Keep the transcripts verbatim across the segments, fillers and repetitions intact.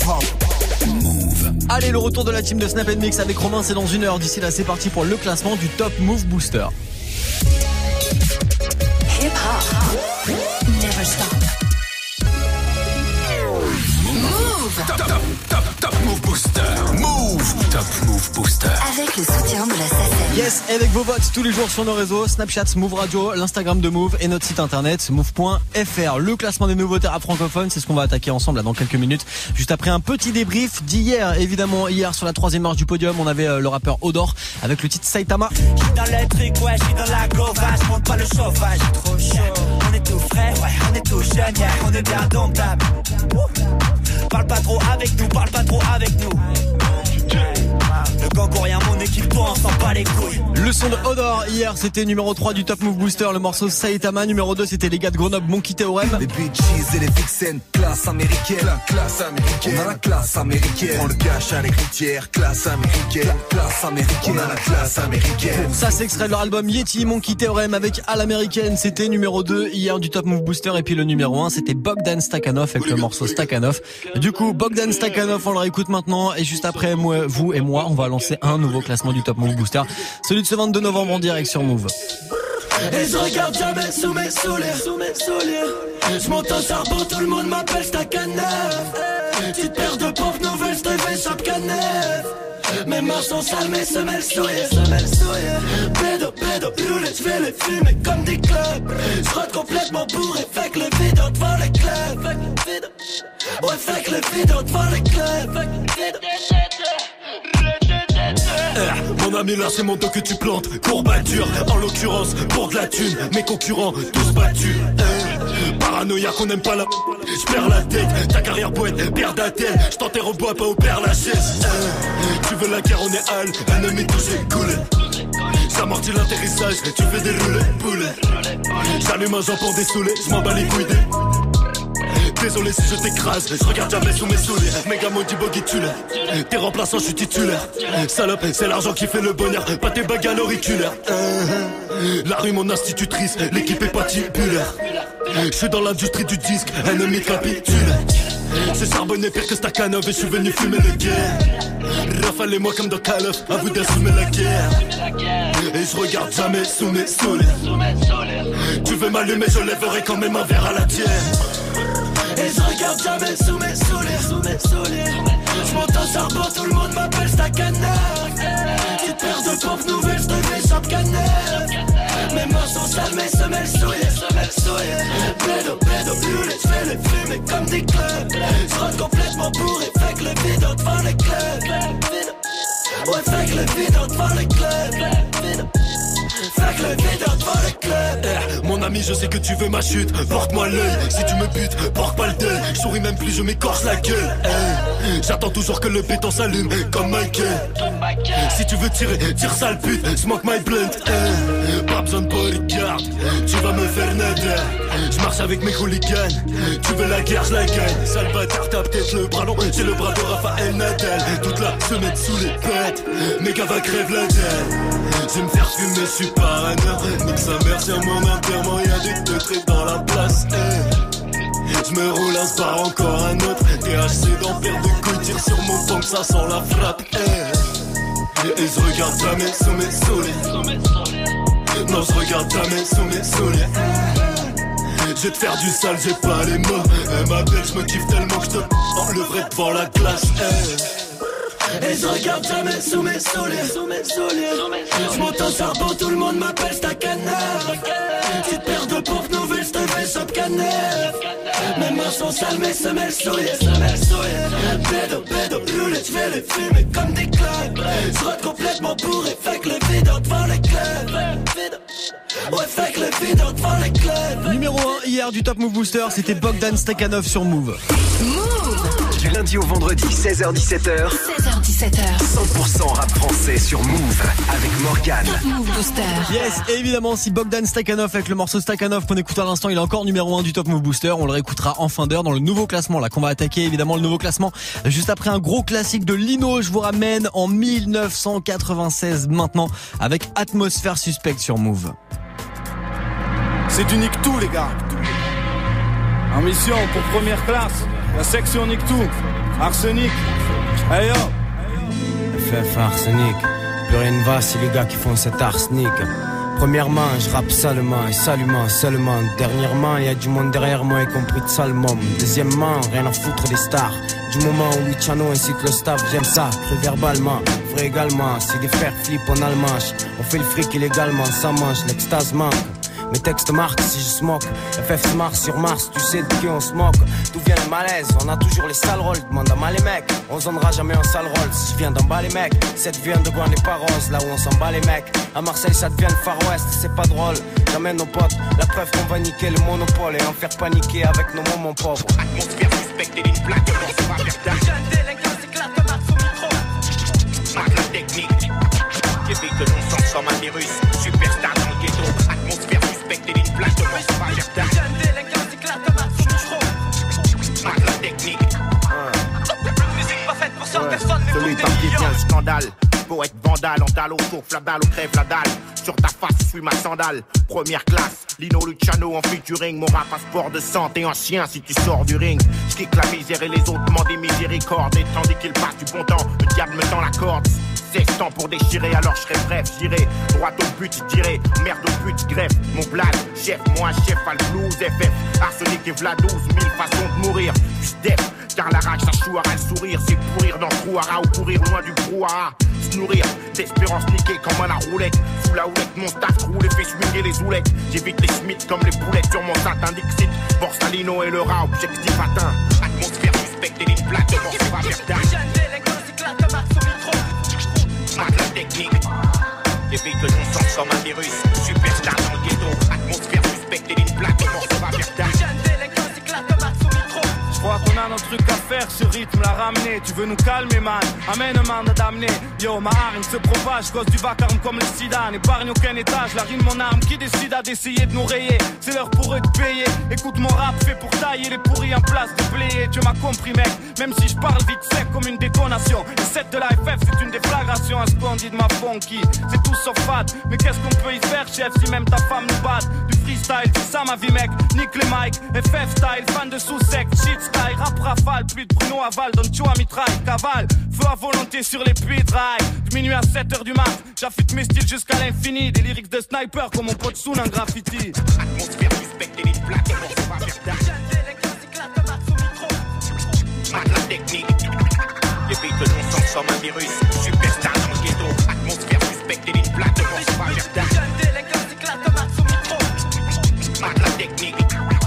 Move. Allez, le retour de la team de Snap and Mix avec Romain, c'est dans une heure. D'ici là, c'est parti pour le classement du Top Move Booster. Hip hop, never stop. Move. Top, top, top, top Move Booster. Move. Top Move Booster. Avec le soutien de la S A C E M. Yes, avec vos votes tous les jours sur nos réseaux, Snapchat, Move Radio, l'Instagram de Move et notre site internet move point f r. Le classement des nouveautés rap francophones, c'est ce qu'on va attaquer ensemble là dans quelques minutes. Juste après un petit débrief d'hier, évidemment hier sur la troisième marche du podium, on avait euh, le rappeur Odor avec le titre Saitama. J'suis dans le truc, ouais, j'suis dans la gauvache, monte pas le chauffage, trop chaud. On est tout frais, ouais, on est tout jeune, yeah, on est bien domptable. Parle pas trop avec nous, parle pas trop avec nous. Le gang rien, mon équipe, toi, on s'en bat les couilles. Le son de Odor, hier, c'était numéro trois du Top Move Booster, le morceau Saitama. Numéro deux, c'était les gars de Grenoble, Monkey Theorem. Les bitches et les vixens, classe américaine. La classe américaine. On a la classe américaine. On le cache à l'héritière, classe américaine. La classe américaine. On a la classe américaine. Ça, c'est extrait de leur album Yeti, Monkey Theorem avec à l'américaine. C'était numéro deux hier du Top Move Booster. Et puis le numéro un, c'était Bogdan Stakhanov avec le morceau Stakhanov. Du coup, Bogdan Stakhanov, on le réécoute maintenant. Et juste après, moi, vous et moi, on va lancer un nouveau classement du Top Move Booster. Celui de ce vingt-deux novembre en direct sur Move. Et je regarde jamais sous mes souliers, sous mes souliers. Je monte au charbon, tout le monde m'appelle Stakhanov. Petite paire de pompes nouvelles, je te fais chaque canef. Mes mains sont sales, mes semelles souillées, semelles souillées. Pédo, pédo, roulé, je vais les fumer comme des clubs. Je rentre complètement bourré, fait que le vide devant les clubs. Ouais, fait que le vide devant les clubs. Eh, mon ami là c'est mon dos que tu plantes. Courbature, en l'occurrence pour de la thune. Mes concurrents tous battus. Eh, paranoïa qu'on aime pas la. J'perds la tête, ta carrière poète, père d'attel. J't'enterre au bois, pas au père Lachaise. Eh, tu veux la guerre, on est hal, ennemi touché, coulé. J'amortis l'atterrissage, tu fais des roulets, poulet. J'allume un jambon dessoulé, j'm'en bats les couilles des. Désolé si je t'écrase, je regarde jamais sous mes souliers. Méga maudit boggy tu l'as. T'es remplaçant, je suis titulaire. Salope, c'est l'argent qui fait le bonheur, pas tes bagues à l'auriculaire. La rue mon institutrice, l'équipe est patibulaire. Je suis dans l'industrie du disque, ennemi capitule. C'est charbonné pire que Stakhanov et je suis venu fumer le guerre. Rafalez-moi comme dans Call of, à vous d'assumer la guerre. Et je regarde jamais sous mes souliers. Tu veux m'allumer, je lèverai quand même un verre à la tienne. Et je regarde jamais sous mes souliers, sous mes souliers. Je monte au charbon, tout le monde m'appelle Stakhanov. Petite paire de pompes nouvelles, je te fais chaque canef. Mes mains sont sales, mes semelles souillées, semelles souillées. Pédo, pédo, roulé, je fais les fumer comme des clubs. Je rentre complètement bourré, fait que le vide devant les clubs. Ouais, fait que le vide devant les clubs. Fait que le vide devant les clubs. Eh, mon ami, je sais que tu veux ma chute. Porte-moi l'œil, si tu me butes, porte pas le deuil. Je souris même plus, je m'écorche la gueule. Eh, j'attends toujours que le béton s'allume comme Michael. Si tu veux tirer, tire sale pute, smoke my blunt. Eh, pas besoin de bodyguard, tu vas me faire nader. Je marche avec mes hooligans, tu veux la guerre, je la gagne. Sale bâtard, t'as peut-être le bras long, j'ai le bras de Raphaël Nadal. Toute la semaine sous les pètes, mes gars va crève la dalle. Je vais me faire fumer, je suis parano. Nique sa mère sur mon enterrement, y'a des teutrés dans la place. Hey. Je me roule un spar, encore un autre. T H C dans paire de couilles, tire sur mon pompe, ça sent la frappe. Hey. Et je regarde jamais sous mes souliers. Non, je regarde jamais sous mes souliers. Je vais te faire du sale, j'ai pas les mots. Elle m'appelle, je me kiffe tellement que je te enlèverai devant la glace. Hey. Et je regarde jamais sous mes souliers, sous mes souliers. Je monte au charbon, tout le monde m'appelle Stakhanov. Petite paire de pompes nouvelles, je te fais chaque canef. Mes mains sont sales, mes semelles souillées, semelles souillées. Pédo, pédo, roulé, je vais les fumer comme des clubs. Je rentre complètement bourré, fait que le vide devant les clubs. Ouais, fait que le vide devant les clubs. Numéro un hier du Top Move Booster, c'était Bogdan Stakhanov sur Move. Move. Du lundi au vendredi, seize heures dix-sept heures. seize heures dix-sept heures. cent pour cent rap français sur Move avec Morgane. Top Move Booster. Yes, et évidemment, si Bogdan Stakhanov avec le morceau Stakhanov qu'on écoute à l'instant, il est encore numéro un du Top Move Booster. On le réécoutera en fin d'heure dans le nouveau classement là qu'on va attaquer. Évidemment, le nouveau classement juste après un gros classique de Lino. Je vous ramène en mille neuf cent quatre-vingt-seize maintenant avec Atmosphère Suspecte sur Move. C'est du nique tout les gars. En mission pour première classe, la section nique tout. Arsenic. Hey yo. F F Arsenic. Plus rien ne va, c'est les gars qui font cet arsenic. Premièrement, je rappe salement et salument seulement. Dernièrement, y a du monde derrière moi, y compris de Salmon. Deuxièmement, rien à foutre des stars. Du moment où Luciano incite le staff, j'aime ça, très verbalement, vrai également. Si les frères flippent, on a le manche. On fait le fric illégalement, ça mange, l'extase manque. Mes textes marquent si je smoke. F F Mars sur Mars, tu sais de qui on se moque. D'où vient le malaise, on a toujours les sales rôles. Demande à mal les mecs, on zonnera jamais en sale rôle. Si je viens d'en bas les mecs, cette vient de Gouin n'est pas rose. Là où on s'en bat les mecs, à Marseille ça devient le Far West. C'est pas drôle, j'amène nos potes. La preuve qu'on va niquer le monopole et en faire paniquer avec nos moments pauvres. Atmosphère suspecte et d'une plaque, on se va vers ta jeune délinquant s'éclate comme un sous micro. Marque la technique, j'évite que l'on s'en somme un virus. Superstar dans le ghetto, atmosphère suspecte et d'une plaque, on se va vers ta jeune délinquant s'éclate comme un sous micro. Marque la technique. Musique pas faite pour cent personnes, mais pour des millions. Celui le scandale, poète vandale, en dalle au souffle, la dalle au crève, la dalle. Sur ta face, je suis ma sandale. Première classe, Lino Luciano en featuring. Mon rap, un sport de sang, t'es un chien si tu sors du ring. Je kick la misère et les autres demandent des miséricordes. Et tandis qu'il passe du bon temps, le diable me tend la corde. seize temps pour déchirer, alors je serai bref. J'irai droit au but, je dirai merde au but, greffe. Mon blad, chef, moi chef, à le blues, F F. Arsenic et v'là douze mille façons de mourir. Puis def, car la rage, ça chouera le sourire. C'est pourrir dans le brouhaha ou courir loin du brouhaha. Se nourrir d'espérance niquée comme à la roulette. Sous la houlette, mon staff roule et fait swinguer les oulettes. J'évite les Smiths comme les poulettes sur mon satin Dixit. Borsalino et le rat, objectif atteint. Atmosphère suspecte et une plaque de mort, c'est pas verdun. Jeune délinquant s'éclate comme un sous micro. Marque la technique. J'évite que l'on sent comme un virus. Superstar dans le ghetto. Atmosphère suspecte et une plaque de mort, c'est pas verdun. Jeune délinquant s'éclate comme un sous micro. J'crois qu'on a notre truc à faire, ce rythme l'a ramené. Tu veux nous calmer man, amène un mandat d'amener. Yo, ma hargne se propage, cause du vacarme comme le sida. N'épargne aucun étage, la rime mon arme. Qui décide à d'essayer de nous rayer? C'est l'heure pour eux de payer. Écoute mon rap fait pour tailler les pourris en place de player. Tu m'as compris mec, même si je parle vite sec comme une détonation. Le set de la F F c'est une déflagration. Un splendide ma funky, c'est tout sauf fade. Mais qu'est-ce qu'on peut y faire chef si même ta femme nous batte? Du freestyle, c'est ça ma vie mec. Nique les mics, F F style, fan de sous-sec, shit style, rap rafale, plus de Bruno Aval, donne tu à mitraille, cavale, feu à volonté sur les puits de rail. De minuit à sept heures du mat, j'affûte mes styles jusqu'à l'infini. Des lyrics de sniper comme mon pote Soun en graffiti. Atmosphère suspecte et une plaque, on se va vers ta jeune délinquant s'éclate comme un sous micro. Marque la technique. J'évite que l'on s'en somme un virus. Superstar dans le ghetto. Atmosphère suspecte et une plaque, on se va vers ta jeune délinquant s'éclate comme un sous micro. Marque la technique.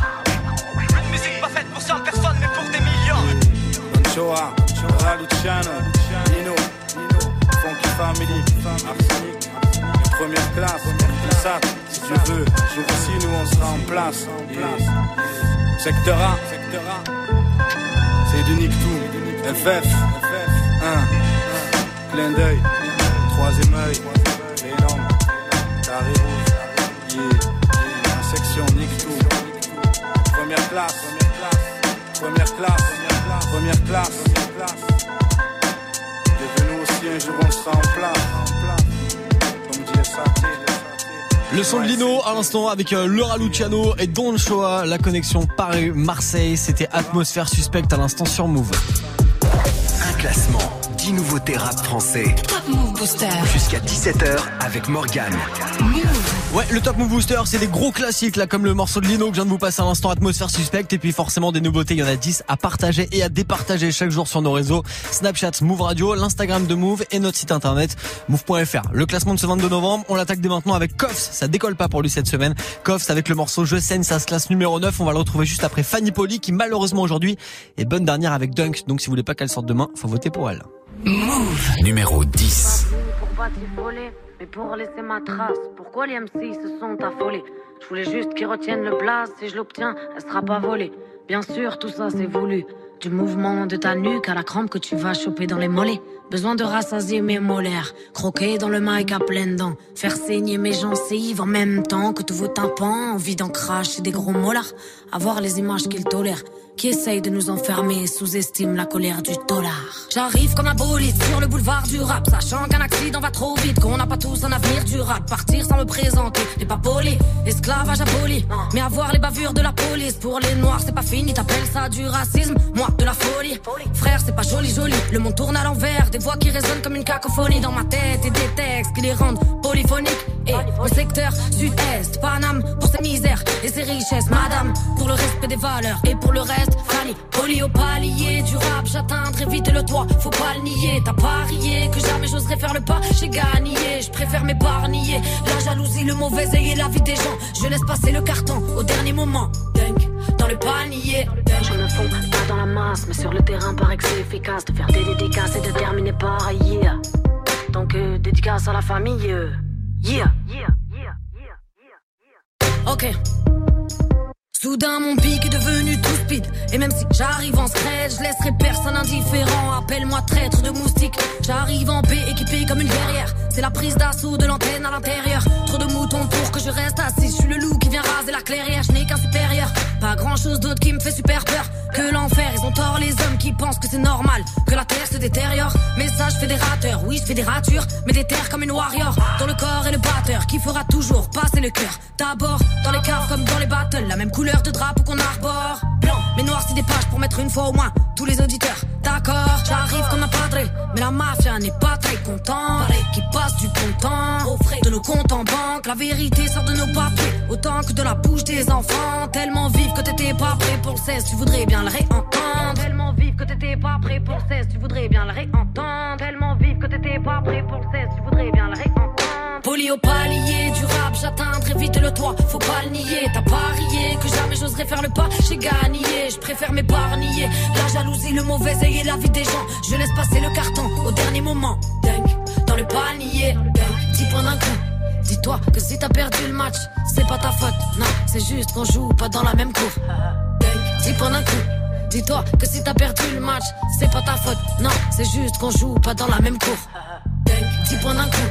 Une musique pas faite pour cent personnes, mais pour des millions. Don Choa, Choa Luciano, Nino, Funky Family, Arsenic, première classe, ça, si Dieu veut, jour aussi nous on sera en place. Secteur A, c'est du Nick tout, F F, un, clin d'œil, troisième œil, énorme, carré rouge, yeah, en section Nick tout, première classe, première classe, première classe, devenu aussi un jour on sera en place, comme dit S A T. Le son de Lino à l'instant avec euh, Laura Luciano et Don Choa, la connexion Paris-Marseille, c'était Atmosphère Suspecte à l'instant sur Move. Un classement, dix nouveautés rap français. Top Move Booster. Jusqu'à dix-sept heures avec Morgane. Move. Ouais, le Top Move Booster, c'est des gros classiques là, comme le morceau de Lino que je viens de vous passer à l'instant, Atmosphère Suspecte. Et puis forcément des nouveautés, il y en a dix à partager et à départager chaque jour sur nos réseaux Snapchat, Move Radio, l'Instagram de Move et notre site internet move point f r. Le classement de ce vingt-deux novembre, on l'attaque dès maintenant avec Koffs. Ça décolle pas pour lui cette semaine. Koffs avec le morceau Je saigne, ça se classe numéro neuf. On va le retrouver juste après Fanny Poli qui malheureusement aujourd'hui est bonne dernière avec Dunk. Donc si vous voulez pas qu'elle sorte demain, faut voter pour elle. Move numéro dix. Pour pas t'y voler, mais pour laisser ma trace. Pourquoi les M C se sont affolés? Je voulais juste qu'ils retiennent le blaze. Si je l'obtiens, elle sera pas volée. Bien sûr, tout ça c'est voulu. Du mouvement de ta nuque à la crampe que tu vas choper dans les mollets. Besoin de rassasier mes molaires. Croquer dans le mic à pleines dents. Faire saigner mes gencives en même temps que tous vos tympans. Envie d'en cracher des gros molars. Avoir les images qu'ils tolèrent. Qui essaye de nous enfermer, sous-estime la colère du dollar. J'arrive comme un bolide sur le boulevard du rap, sachant qu'un accident va trop vite, qu'on n'a pas tous un avenir durable. Partir sans me présenter n'est pas poli, esclavage aboli. Mais avoir les bavures de la police, pour les noirs c'est pas fini, t'appelles ça du racisme. Moi moi de la folie. Frère, c'est pas joli joli, le monde tourne à l'envers. Des voix qui résonnent comme une cacophonie dans ma tête. Et des textes qui les rendent polyphoniques. Et le secteur sud-est, Paname pour ses misères et ses richesses. Madame, pour le respect des valeurs. Et pour le reste, Fanny, poli au palier du rap, j'atteindrai vite le toit, faut pas le nier. T'as parié que jamais j'oserais faire le pas, j'ai gagné. Je préfère m'épargner la jalousie, le mauvais œil et la vie des gens. Je laisse passer le carton au dernier moment. Dunk, dans le panier. Je me fonds pas dans la masse, mais sur le terrain paraît que c'est efficace de faire des dédicaces et de terminer par yeah. Donc euh, dédicace à la famille. Euh, yeah. Yeah. Yeah. Yeah. Yeah. Ok. Soudain mon pic est devenu tout speed. Et même si j'arrive en scred, je laisserai personne indifférent. Appelle-moi traître de moustique. J'arrive en paix, équipé comme une guerrière. C'est la prise d'assaut de l'antenne à l'intérieur. Trop de moutons pour que je reste assis. Je suis le loup qui vient raser la clairière. Je n'ai qu'un supérieur. Pas grand chose d'autre qui me fait super peur que l'enfer. Ils ont tort les hommes qui pensent que c'est normal que la terre se détériore. Message fédérateur, oui je fais des ratures, mais des terres comme une warrior. Dans le corps et le batteur qui fera toujours passer le cœur. D'abord dans les caves comme dans les battles, la même couleur de drapeau qu'on arbore. Blanc, mais noir c'est des pages pour mettre une fois au moins tous les auditeurs. D'accord, j'arrive comme un padré, mais la mafia n'est pas très content. Pareil qui passe du bon temps au frais de nos comptes en banque. La vérité sort de nos papiers autant que de la bouche des enfants. Tellement vive que t'étais pas prêt pour le seize, tu voudrais bien le réentendre. Tellement vive que t'étais pas prêt pour le seize, tu voudrais bien le réentendre. Tellement vive que t'étais pas prêt pour le seize, tu voudrais bien le réentendre. Poli au palier du rap, j'atteindrai vite le toit, faut pas le nier. T'as parié que jamais j'oserais faire le pas, j'ai gagné. Je préfère m'épargner la jalousie, le mauvais œil et la vie des gens. Je laisse passer le carton au dernier moment. Dunk, dans le panier. Dunk, dix points d'un coup. Dis-toi que si t'as perdu le match, c'est pas ta faute. Non, c'est juste qu'on joue pas dans la même cour. Dunk, dix points d'un coup. Dis-toi que si t'as perdu le match, c'est pas ta faute. Non, c'est juste qu'on joue pas dans la même cour. Dunk, dix points d'un coup.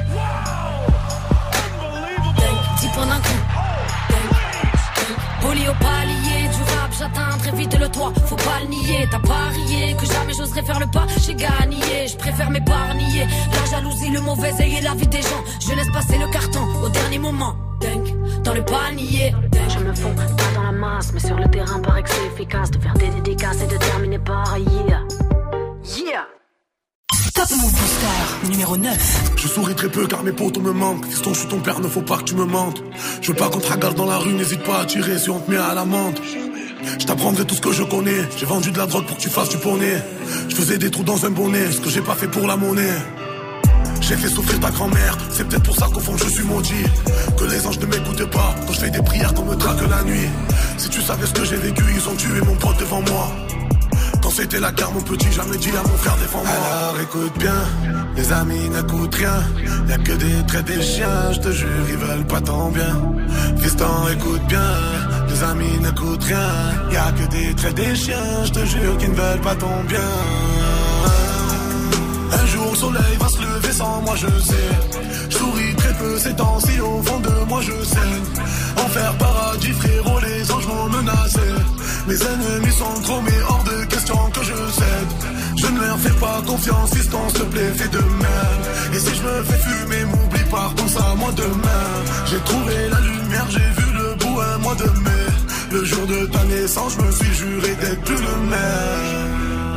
dix points d'un coup. Poli au palier du rap, j'atteindrai vite le toit, faut pas le nier. T'as parié que jamais j'oserais faire le pas, j'ai gagné. Je préfère m'épargner la jalousie, le mauvais œil et la vie des gens. Je laisse passer le carton au dernier moment. Dunk, dans le panier. Je me fonds pas dans la masse, mais sur le terrain paraît que c'est efficace de faire des dédicaces et de terminer par yeah. Yeah. Top Move Booster, numéro neuf. Je souris très peu car mes potos me manquent. Fiston, je suis ton père, ne faut pas que tu me mentes. Je veux pas qu'on te regarde dans la rue, n'hésite pas à tirer si on te met à l'amende. Je t'apprendrai tout ce que je connais. J'ai vendu de la drogue pour que tu fasses du poney. Je faisais des trous dans un bonnet, ce que j'ai pas fait pour la monnaie. J'ai fait souffrir ta grand-mère, c'est peut-être pour ça qu'au fond je suis maudit. Que les anges ne m'écoutent pas, quand je fais des prières qu'on me traque la nuit. Si tu savais ce que j'ai vécu, ils ont tué mon pote devant moi. Quand c'était la guerre, mon petit, jamais dit à mon frère défends-moi. Alors écoute bien, les amis n'écoutent rien. Y'a que des traits des chiens, je te jure, ils veulent pas ton bien. Fiston, écoute bien, les amis n'écoutent rien. Y'a que des traits des chiens, je te jure, qu'ils ne veulent pas ton bien. Un jour, le soleil va se lever sans moi, je sais. Je souris très peu ces temps-ci, au fond de moi, je saigne. Enfer, paradis, frérot, les anges m'ont menacé. Mes ennemis sont trop, mais hors de question que je cède. Je ne leur fais pas confiance, fiston, s'il te plaît, fais de même. Et si je me fais fumer, m'oublie pas, pense à moi demain. J'ai trouvé la lumière, j'ai vu le bout un mois de mai. Le jour de ta naissance, je me suis juré d'être plus le même.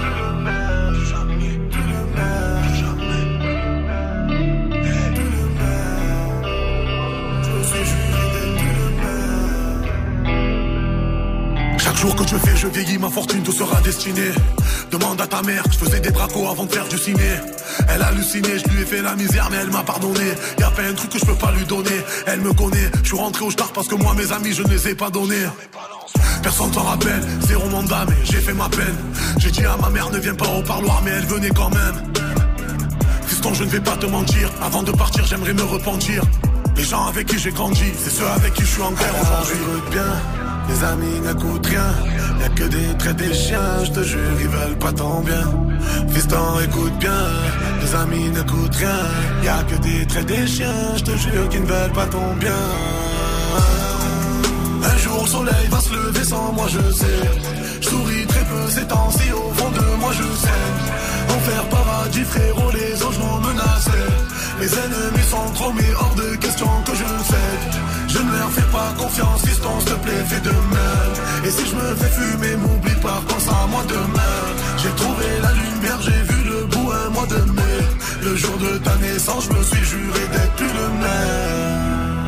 Chaque jour que je fais, je vieillis, ma fortune te sera destinée. Demande à ta mère, je faisais des bracos avant de faire du ciné. Elle a halluciné, je lui ai fait la misère, mais elle m'a pardonné. Y'a pas un truc que je peux pas lui donner, elle me connaît. Je suis rentré au star parce que moi, mes amis, je ne les ai pas donnés. Personne s'en rappelle, zéro mandat, mais j'ai fait ma peine. J'ai dit à ma mère, ne viens pas au parloir, mais elle venait quand même. Fiston, je ne vais pas te mentir, avant de partir, j'aimerais me repentir. Les gens avec qui j'ai grandi, c'est ceux avec qui je suis en guerre aujourd'hui. Écoute bien, les amis n'écoutent rien. Y'a que des traits des chiens, je te jure, ils veulent pas ton bien. Fiston, écoute bien, les amis n'écoutent rien. Y'a que des traits des chiens, je te jure, qu'ils ne veulent pas ton bien. Un jour, le soleil va se lever sans moi, je sais. Je souris très peu ces temps-ci, au fond de moi, je sais. Enfer, paradis, frérot, les anges m'ont menacé. Les ennemis sont trop, mais hors de question que je cède. Je ne leur fais pas confiance, fiston, s'il te plaît, fais de même. Et si je me fais fumer, m'oublie pas, pense à moi demain. jour de ta naissance, je me suis juré d'être plus le même.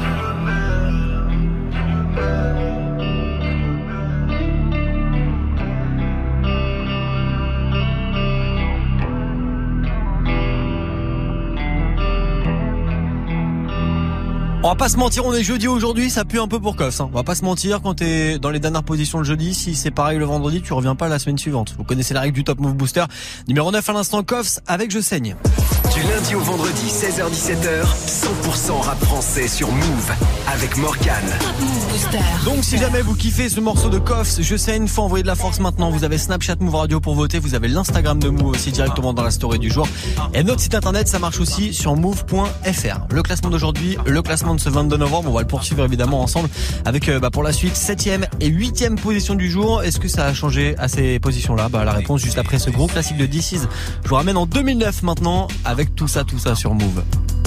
On va pas se mentir, on est jeudi aujourd'hui, ça pue un peu pour Koffs, hein. On va pas se mentir, quand t'es dans les dernières positions le jeudi, si c'est pareil le vendredi, tu reviens pas la semaine suivante. Vous connaissez la règle du Top Move Booster. Numéro neuf à l'instant, Koffs avec Je Saigne. Du lundi au vendredi, seize heures dix-sept heures, cent pour cent rap français sur Move avec Morgane. Donc si jamais vous kiffez ce morceau de Koffs, Je Saigne, faut envoyer de la force maintenant. Vous avez Snapchat Move Radio pour voter, vous avez l'Instagram de Move aussi directement dans la story du jour. Et notre site internet, ça marche aussi sur move point f r. Le classement d'aujourd'hui, le classement de ce vingt-deux novembre, on va le poursuivre évidemment ensemble avec euh, bah, pour la suite septième et huitième position du jour. Est-ce que ça a changé à ces positions-là? Bah la réponse juste après ce gros classique de D C. Je vous ramène en deux mille neuf maintenant avec tout ça, tout ça sur Move.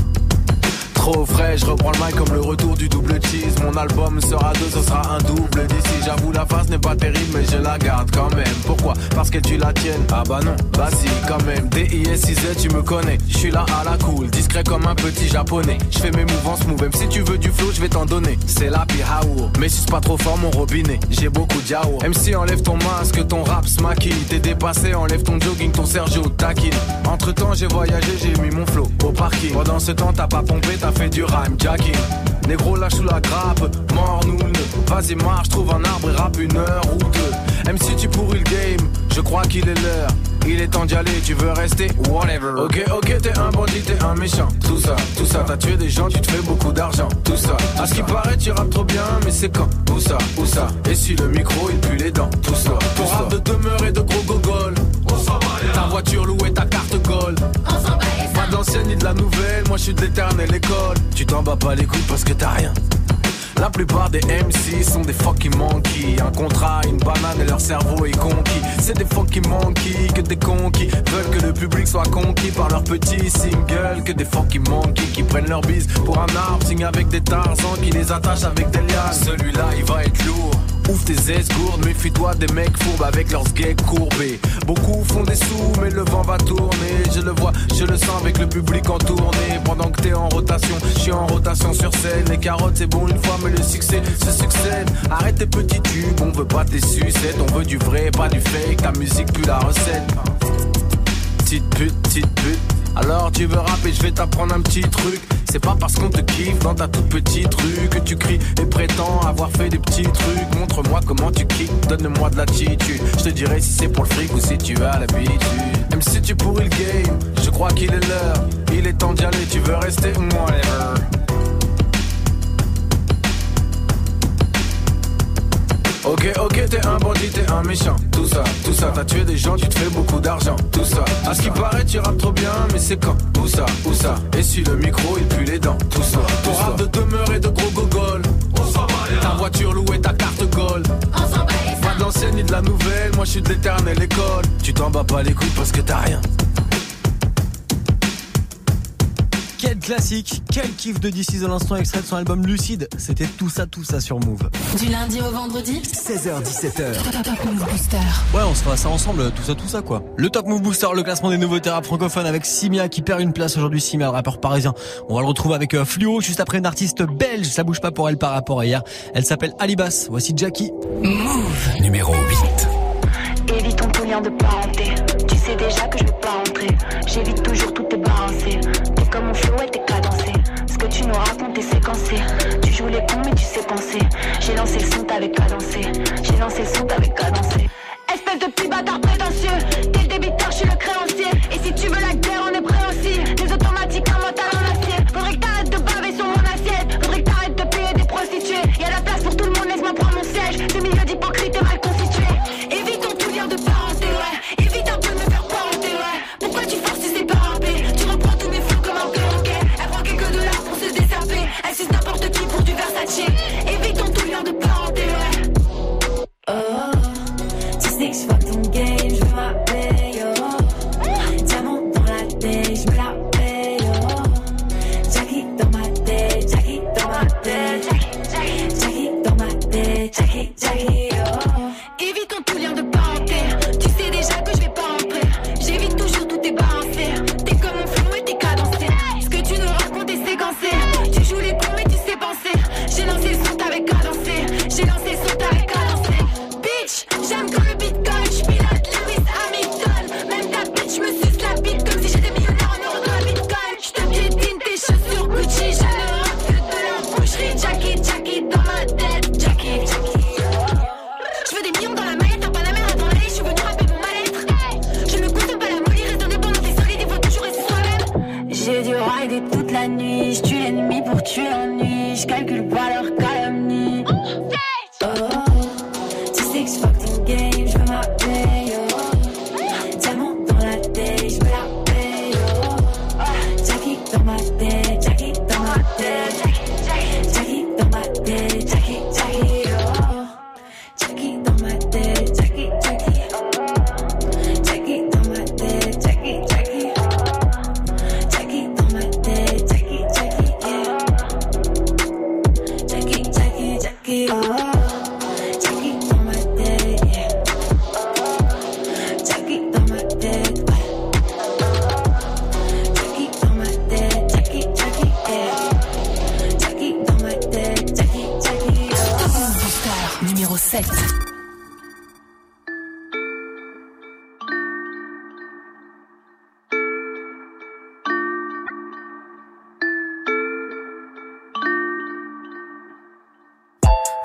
Trop frais, je reprends le mic comme le retour du double cheese. Mon album sera deux, ce sera un double d'ici. J'avoue la face n'est pas terrible mais je la garde quand même. Pourquoi? Parce que tu la tiennes. Ah bah non, bah si quand même. D I S I Z tu me connais. Je suis là à la cool, discret comme un petit japonais. Je fais mes mouvances move, même si tu veux du flow je vais t'en donner. C'est la pihaour, mais si c'est pas trop fort mon robinet. J'ai beaucoup d'yaourt. M C enlève ton masque, ton rap se maquille. T'es dépassé, enlève ton jogging, ton Sergio taquine. Entre temps j'ai voyagé, j'ai mis mon flow au parking. Pendant ce temps t'as pas pompé, t'as fait du rhyme jacking. Négro lâche sous la grappe, mort nous ne. Vas-y marche, trouve un arbre et rappe une heure ou deux. Même si tu pourris le game, je crois qu'il est l'heure. Il est temps d'y aller, tu veux rester, whatever. Ok, ok, t'es un bandit, t'es un méchant. Tout ça, tout ça, t'as tué des gens, tu te fais beaucoup d'argent. Tout ça, à ce qui paraît, tu rappes trop bien, mais c'est quand? Où ça, où ça? Et si le micro, il pue les dents? Tout ça, ton rap de demeure et de gros gogol. Ta voiture louée, ta carte gold. Pas d'ancienne ni de la nouvelle, moi je suis de l'éternelle école. Tu t'en bats pas les couilles parce que t'as rien. La plupart des M C sont des fucking monkeys. Un contrat, une banane et leur cerveau est conquis. C'est des fucking monkeys, que des conquis veulent que le public soit conquis par leurs petits singles. Que des fucking monkeys qui prennent leur bise pour un arbre, signent avec des tarzans qui les attachent avec des lianes. Celui-là il va être lourd. Ouvre tes esgourdes, méfie-toi des mecs fourbes avec leurs gays courbés. Beaucoup font des sous, mais le vent va tourner. Je le vois, je le sens avec le public en tournée. Pendant que t'es en rotation, je suis en rotation sur scène. Les carottes c'est bon une fois, mais le succès se succède. Arrête tes petits tubes, on veut pas tes sucettes. On veut du vrai, pas du fake, ta musique plus la recette. Petite pute, petite pute. Alors tu veux rapper, je vais t'apprendre un petit truc. C'est pas parce qu'on te kiffe dans ta toute petite rue que tu cries et prétends avoir fait des petits trucs. Montre-moi comment tu kicks, donne-moi de l'attitude. Je te dirai si c'est pour le fric ou si tu as l'habitude. Même si tu pourris le game, je crois qu'il est l'heure. Il est temps d'y aller, tu veux rester whatever. Ok, ok, t'es un bandit, t'es un méchant. Tout ça, tout ça, t'as tué des gens, tu te fais beaucoup d'argent. Tout ça, à ce qui paraît, tu rappes trop bien, mais c'est quand? Où ça, où ça? Et si le micro, il pue les dents? Tout ça, ton rap de demeure et de gros gogol. Ta voiture louée, ta carte gold. Pas d'ancienne ni de la nouvelle, moi je suis de l'éternelle école. Tu t'en bats pas les couilles parce que t'as rien. Quel classique, quel kiff de D C de l'instant, extrait de son album Lucide. C'était tout ça, tout ça sur Move. Du lundi au vendredi, seize heures dix-sept heures. Top Move Booster. Ouais, on se fera ça ensemble, tout ça, tout ça quoi. Le Top Move Booster, le classement des nouveautés rap francophones avec Simia qui perd une place aujourd'hui. Simia, le rappeur parisien. On va le retrouver avec euh, Fluo, juste après une artiste belge. Ça bouge pas pour elle par rapport à hier. Elle s'appelle Alibas. Voici Jackie. Move. Numéro huit. Évitons tout lien de parenté. Tu sais déjà que je veux pas rentrer. J'évite toujours tout tes balancé. T'es comme mon flow et t'es cadencé. Ce que tu nous racontes est séquencé. Tu joues les cons mais tu sais penser. J'ai lancé le son, t'avais cadencé. J'ai lancé le son, t'avais cadencé. Espèce de petit bâtard prétentieux. T'es le débiteur, je suis le créancier. Et si tu veux la guerre, on est prêt aussi. Les automatiques, un mental en acier. Faudrait que t'arrêtes de baver sur mon assiette. Faudrait que t'arrêtes de payer des prostituées. Y'a la place pour tout le monde, laisse-moi prendre mon siège. Ces milieux d'hypocrites et mal constitués. Évitons tout lien de parenté, ouais. Évite un peu de me faire parenté, ouais. Pourquoi tu forces si c'est pas rappé? Tu reprends tous mes flots comme un perroquet. Elle prend quelques dollars pour se dessaper. Elle suce n'importe qui pour du Versace. Évitons tout lien de parenté, ouais. Oh, tu sais que je fuck ton game, je veux ma paye, oh.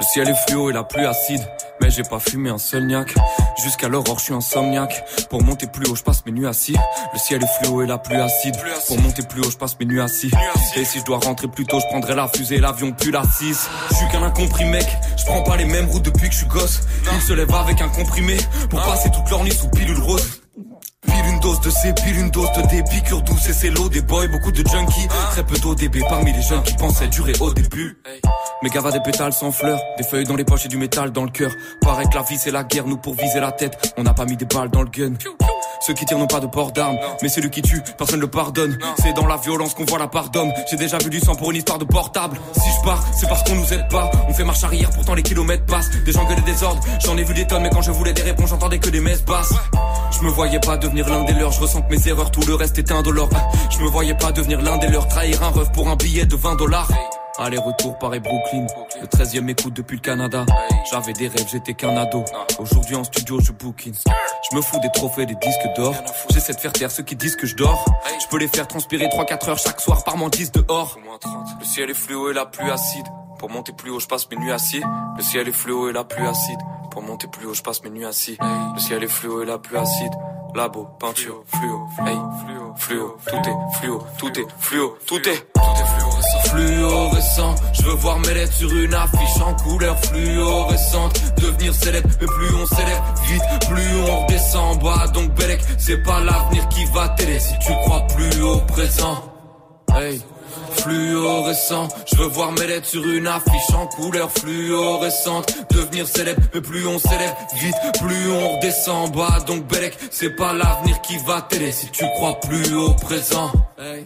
ciel est fluo et la pluie acide, mais j'ai pas fumé un seul niaque. Jusqu'à l'aurore je suis insomniaque. Pour monter plus haut je passe mes nuits assis. Le ciel est fluo et la pluie acide. Pour monter plus haut je passe mes nuits assis. Et si je dois rentrer plus tôt je prendrai la fusée, l'avion puis la six. Je suis qu'un incompris mec, je prends pas les mêmes routes depuis que je suis gosse. Ils se lèvent avec un comprimé pour passer toute leur nuit sous pilule rose. Pile une dose de C, pile une dose de D, piqûre douce et c'est l'eau des boys, beaucoup de junkies, très peu d'O D B parmi les jeunes qui pensaient durer au début. Mes gavas des pétales sans fleurs, des feuilles dans les poches et du métal dans le cœur. Paraît que la vie c'est la guerre, nous pour viser la tête, on n'a pas mis des balles dans le gun. Ceux qui tirent n'ont pas de port d'armes, mais celui qui tue, personne le pardonne. C'est dans la violence qu'on voit la part d'homme. J'ai déjà vu du sang pour une histoire de portable. Si je pars, c'est parce qu'on nous aide pas. On fait marche arrière, pourtant les kilomètres passent. Des gens gueulent des ordres, j'en ai vu des tonnes, mais quand je voulais des réponses, j'entendais que des messes basses. Je me voyais pas devenir l'un des leurs, je ressens que mes erreurs, tout le reste est indolore. Je me voyais pas devenir l'un des leurs, trahir un rêve pour un billet de vingt dollars. Aller-retour Paris-Brooklyn, le treizième écoute depuis le Canada. J'avais des rêves, j'étais qu'un ado. Aujourd'hui en studio je bookine. Je me fous des trophées, des disques d'or. J'essaie de faire taire ceux qui disent que je dors. Je peux les faire transpirer trois quatre heures chaque soir par mentis dehors. Le ciel est fluo et la pluie acide. Pour monter plus haut je passe mes nuits assis. Le ciel est fluo et la pluie acide. Pour monter plus haut je passe mes nuits assis. Le ciel est fluo et la pluie acide. Labo, peinture, fluo, hey, fluo, fluo, tout est fluo, tout est fluo, tout est, tout est fluorescent. Fluorescent, je veux voir mes lettres sur une affiche en couleur fluorescente. Devenir célèbre, mais plus on s'élève vite, plus on redescend bas. Donc Bellec, c'est pas l'avenir qui va t'aider si tu crois plus au présent. Hey. Fluorescent, je veux voir mes lettres sur une affiche en couleur fluorescente. Devenir célèbre, mais plus on s'élève vite, plus on redescend bas. Donc Bellec, c'est pas l'avenir qui va t'aider si tu crois plus au présent. Hey.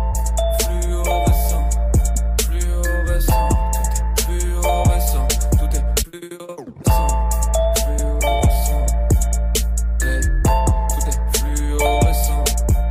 Fluorescent, fluorescent, tout est fluorescent, tout est fluorescent, fluorescent, hey. Tout est fluorescent.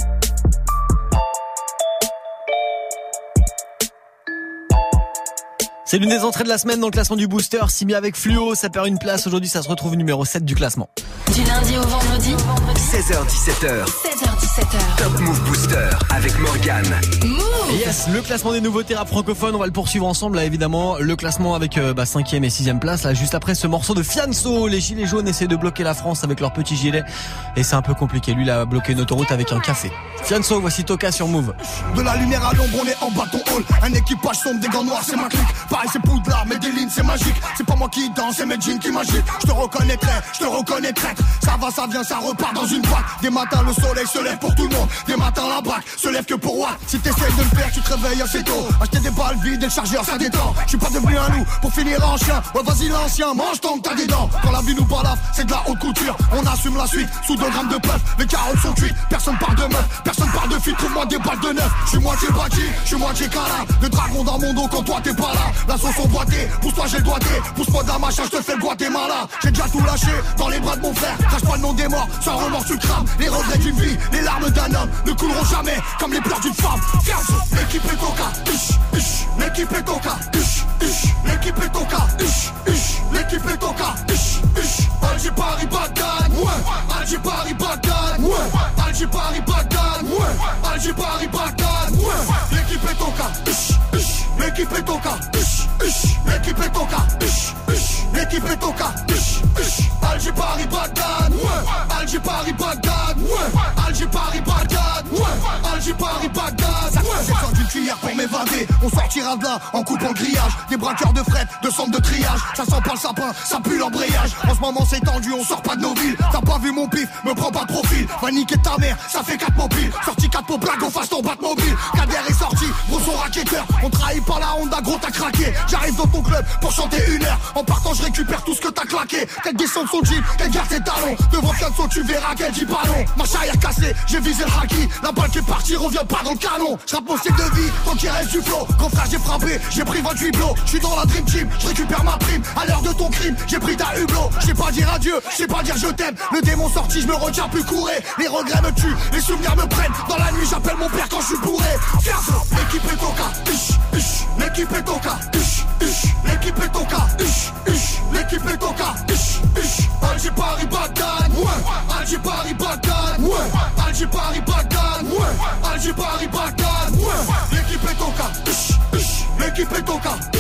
C'est l'une des entrées de la semaine dans le classement du Booster. Simi avec Fluo, ça perd une place. Aujourd'hui, ça se retrouve numéro sept du classement. Du lundi au vendredi, seize heures dix-sept heures. seize heures dix-sept heures. Top Move Booster avec Morgane. Move. Yes, le classement des nouveautés rap francophones, on va le poursuivre ensemble là évidemment. Le classement avec euh, bah, cinquième et sixième place là, juste après ce morceau de Fianso. Les gilets jaunes essaient de bloquer la France avec leur petit gilet et c'est un peu compliqué. Lui il a bloqué une autoroute avec un café. Fianso, voici Toka sur Move. De la lumière à l'ombre, on est en bâton hall. Un équipage sombre, des gants noirs, c'est ma clique. Pareil c'est Poudlard, mais des lignes c'est magique. C'est pas moi qui danse, c'est mes jeans qui m'agitent. Je te reconnaîtrai, je te reconnais traître. Ça va, ça vient, ça repart dans une boîte. Des matins le soleil se lève pour tout le monde. Des matins la braque se lève que pour Watt. Si t'essayes de le faire, tu te réveilles assez tôt. Acheter des balles vides et le chargeur ça détend. Je suis pas devenu un loup pour finir en chien. Ouais vas-y l'ancien, mange tant que t'as des dents. Quand la vie nous balafre, c'est de la haute couture. On assume la suite, sous deux grammes de puff. Les carottes sont cuites, personne parle de meuf. Personne parle de fille, trouve-moi des balles de neuf. Je suis moitié bâti, je suis moitié câlin. Le dragon dans mon dos quand toi t'es pas là. La sauce au boîté, pousse-toi j'ai le doigté. Pousse-moi d'un machin, je te fais le Guatemala. J'ai déjà tout lâché dans les bras de mon frère. Crache pas le nom des morts, sans remords tu crames. Les regrets d'une vie, les larmes d'un homme ne couleront jamais comme les pleurs d'une femme. L'équipe est coca, ush, ush. L'équipe est coca, ush, ush. L'équipe est coca, ush, ush. L'équipe est coca, ush, ush. Alger Paris Bagdad, ouais. Alger Paris Bagdad, ouais. Alger Paris Bagdad, ouais. Alger Paris Bagdad, ouais. L'équipe est coca, ush, ush. L'équipe est coca, ush, ush. L'équipe est coca, ush, ush. L'équipe est coca, ush, ush. Alger Paris Bagdad, ouais. Alger Paris Bagdad, ouais. Alger Paris Bagdad, ouais. Alger Paris Bagdad, ouais. J'ai besoin d'une cuillère pour m'évader. On sortira de là en coupant le grillage. Des braqueurs de fret, de centre de triage. Ça sent pas le sapin, ça pue l'embrayage. En ce moment c'est tendu, on sort pas de nos villes. T'as pas vu mon pif, me prends pas de profil. Va niquer ta mère, ça fait quatre mobiles. Sorti quatre pour blague, on fasse ton Batmobile. Kader est sorti, gros son racketteur. On trahit par la Honda, gros t'as craqué. J'arrive dans ton club pour chanter une heure. En partant je récupère tout ce que t'as claqué. Qu'elle descende son jeep, qu'elle garde ses talons. Devant Fianso tu verras qu'elle dit pas non. Ma chaille a cassé, j'ai visé le haki. La balle qui est partie revient pas dans le canon. J'rappe mon style de vie, tant qu'il reste du flow. Quand frère j'ai frappé, j'ai pris vingt-huit blows. J'suis dans la dream team, j'récupère ma prime. À l'heure de ton crime, j'ai pris ta hublot. J'sais pas dire adieu, j'sais pas dire je t'aime. Le démon sorti, j'me retiens plus courir. Les regrets me tuent, les souvenirs me prennent. Dans la nuit j'appelle mon père quand j'suis bourré. Fianso, l'équipe est coca, ush, ush. L'équipe est coca, ush, ush. L'équipe est coca, ush, ush. L'équipe est coca, ush, ush. Alger Paris Bagdad, ouais. Alger Paris Bagdad, ouais. Alger Paris Bagdad, ouais. Alger Paris Bagdad, ouais. L'équipe est coca, ush, ush. L'équipe est coca, ush, ush.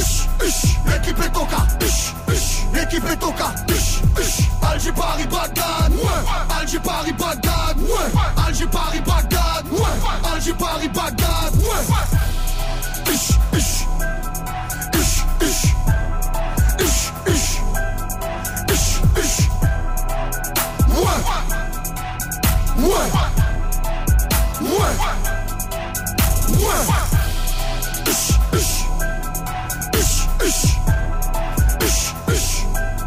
L'équipe est au cas, l'équipe est au cas, Alger, Paris, Bagdad, ouais. Alger, Paris, Bagdad, ouais. Alger, Paris, Bagdad, ouais. Alger, Paris, Bagdad, ouais. Ish, ish, ish, ish, ish, ish, ish, ish, ouais, ouais, ouais, ouais, ish, ish, ish, ish, ish, ish,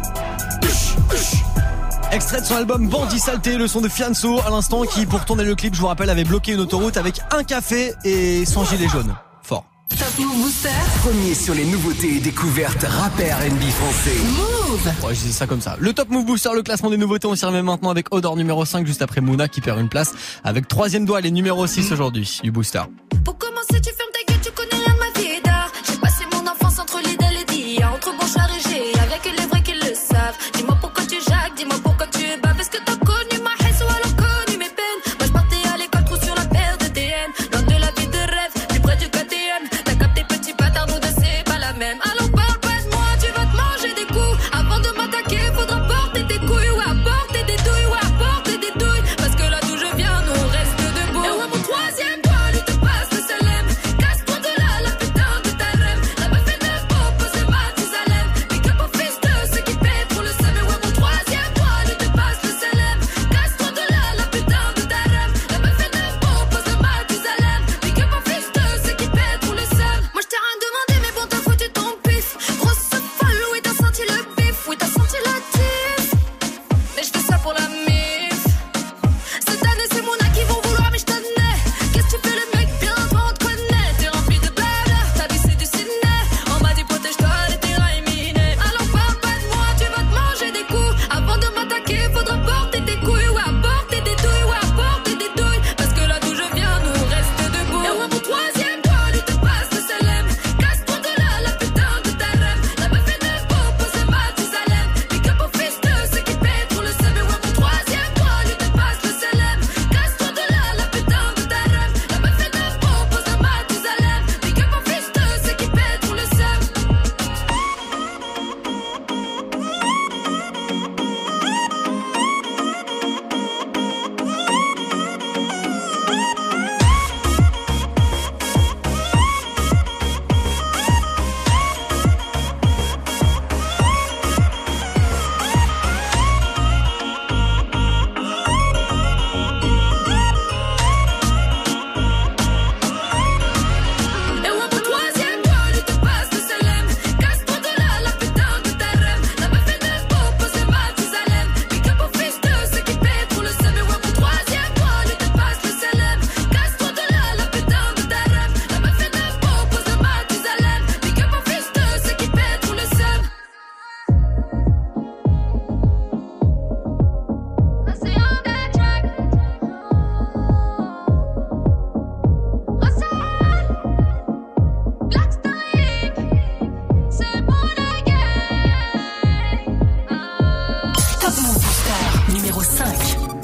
ish, ish. Extrait de son album Bandit Saleté, le son de Fianso à l'instant, qui pour tourner le clip, je vous rappelle, avait bloqué une autoroute avec un café et sans gilet jaune. Fort. Top Move Booster. Premier sur les nouveautés et découvertes rappeurs R and B français. Move. Ouais, je dis ça comme ça. Le Top Move Booster, le classement des nouveautés, on s'y remet maintenant avec Odor numéro cinq, juste après Mouna qui perd une place avec Troisième Doigt, les numéro six aujourd'hui du Booster. Pour commencer, tu fermes ta gueule, tu connais rien de ma vie d'art. J'ai passé mon enfance entre l'idéal et l'I A, entre Bonchard et G, avec les vrais qui le savent. Dis-moi pourquoi tu jacques, dis-moi pourquoi tu baves. Est-ce que t'as connu ma haine ou alors connu mes peines? Moi je partais à l'école, trop sur la paire de D N. Loin de la vie de rêve, plus près du K T M. T'as capté petit bâtard, nous deux c'est pas la même. Alors parle pas de moi, tu vas te manger des coups. Avant de m'attaquer, faudra porter tes couilles. Ou apporter des douilles, ou apporter des douilles. Parce que là d'où je viens, nous on reste debout. Et ouais, mon troisième doigt, lui te passe le salem. Casse-toi de là, la putain de ta rêve. La meuf est neuf, propose de Mathusalem. Pick up au fils de ceux qui paient pour le seum. Et ouais, mon troisième doigt, lui te passe le salem. Casse-toi de là, la putain de ta rêve. La meuf est neuf, propose de Mathusalem. Pick up au fils de ceux qui paient pour le seum. Moi je t'ai rien demandé, mais bon, t'as foutu ton pif. Grosse folle, oui, t'as senti le bif. Oui, t'as senti la tif. Mais je fais ça pour la mif. Cette année, c'est mon qui vont vouloir, mais je t'en ai. Qu'est-ce que tu fais, le mec? Bien, toi, on te connaît. T'es rempli de blabla, ta vie, c'est du ciné. On m'a dit, protège-toi, les terrains éminés. Alors parle pas de moi, tu vas te manger des coups. Avant de m'attaquer, faudra porter tes couilles. Ou apporter des douilles, ou apporter des douilles. Parce que là d'où je viens, nous on reste debout. Et ouais, mon troisième doigt, lui te passe le salem. Casse-toi de là, la putain de ta rêve. La meuf est neuf, propose de Mathusalem. Pick up au fils de ceux qui paient pour le seum. Et ouais, mon troisième doigt, lui te passe le salem. Casse-toi de là, la putain de ta rêve. La meuf est neuf, propose de Mathusalem. Pick up au fils de ceux qui paient pour le seum. Et ouais, mon troisième doigt, lui te passe le salem. Casse-toi de là, la putain de ta rêve. La meuf est neuf, propose de Mathusalem. Pick up au fils de ceux qui paient pour le seum. Et ouais, mon troisième doigt, lui te passe le salem. Casse-toi de là, la putain de ta rêve. La meuf est neuf, propose de Mathusalem. Pick up au fils de ceux qui paient pour le seum. C'est on that track. Top Move Booster numéro cinq.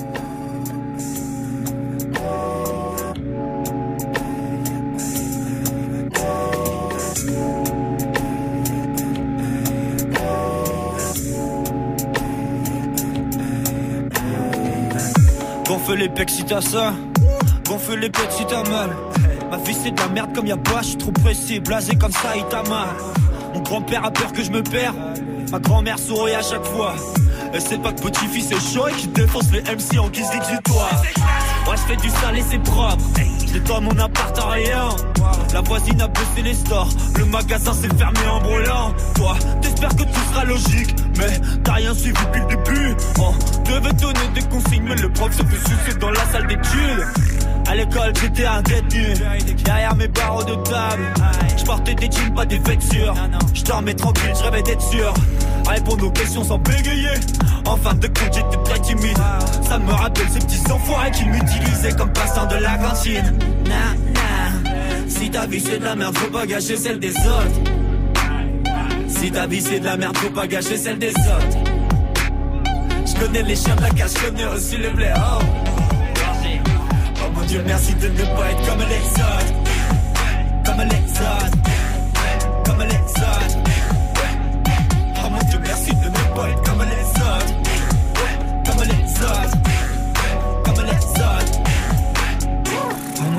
Gonfle les pecs si t'as ça, gonfle les pecs si t'as mal. Ma vie c'est de la merde comme y'a pas, j'suis trop pressé, blasé comme ça il t'a mal. Mon grand-père a peur que je me perds, ma grand-mère sourit à chaque fois. Et c'est pas que petit-fils est chaud et qui défonce les M C en guise d'exutoire. Ouais, j'fais du sale et c'est propre, j'ai dans mon appart à rien. La voisine a baissé les stores, le magasin s'est fermé en brûlant. Toi, t'espères que tout sera logique, mais t'as rien suivi depuis le début. On devait donner des consignes, mais le prof se fait sucer dans la salle d'études. À l'école j'étais un détenu, derrière mes barreaux de table. J'portais des jeans, pas des vêtures. J'dormais tranquille, j'rêvais d'être sûr. Répondre aux questions sans bégayer. En fin de compte j'étais très timide. Ça me rappelle ces petits enfoirés qui m'utilisaient comme passant de la cantine. Nah, nah. Si ta vie c'est de la merde, faut pas gâcher celle des autres. Si ta vie c'est de la merde, faut pas gâcher celle des autres. J'connais les chiens de la cage, j'connais aussi les blés. Oh. Oh mon Dieu, merci de ne pas être comme les autres. Comme les autres. Comme les autres.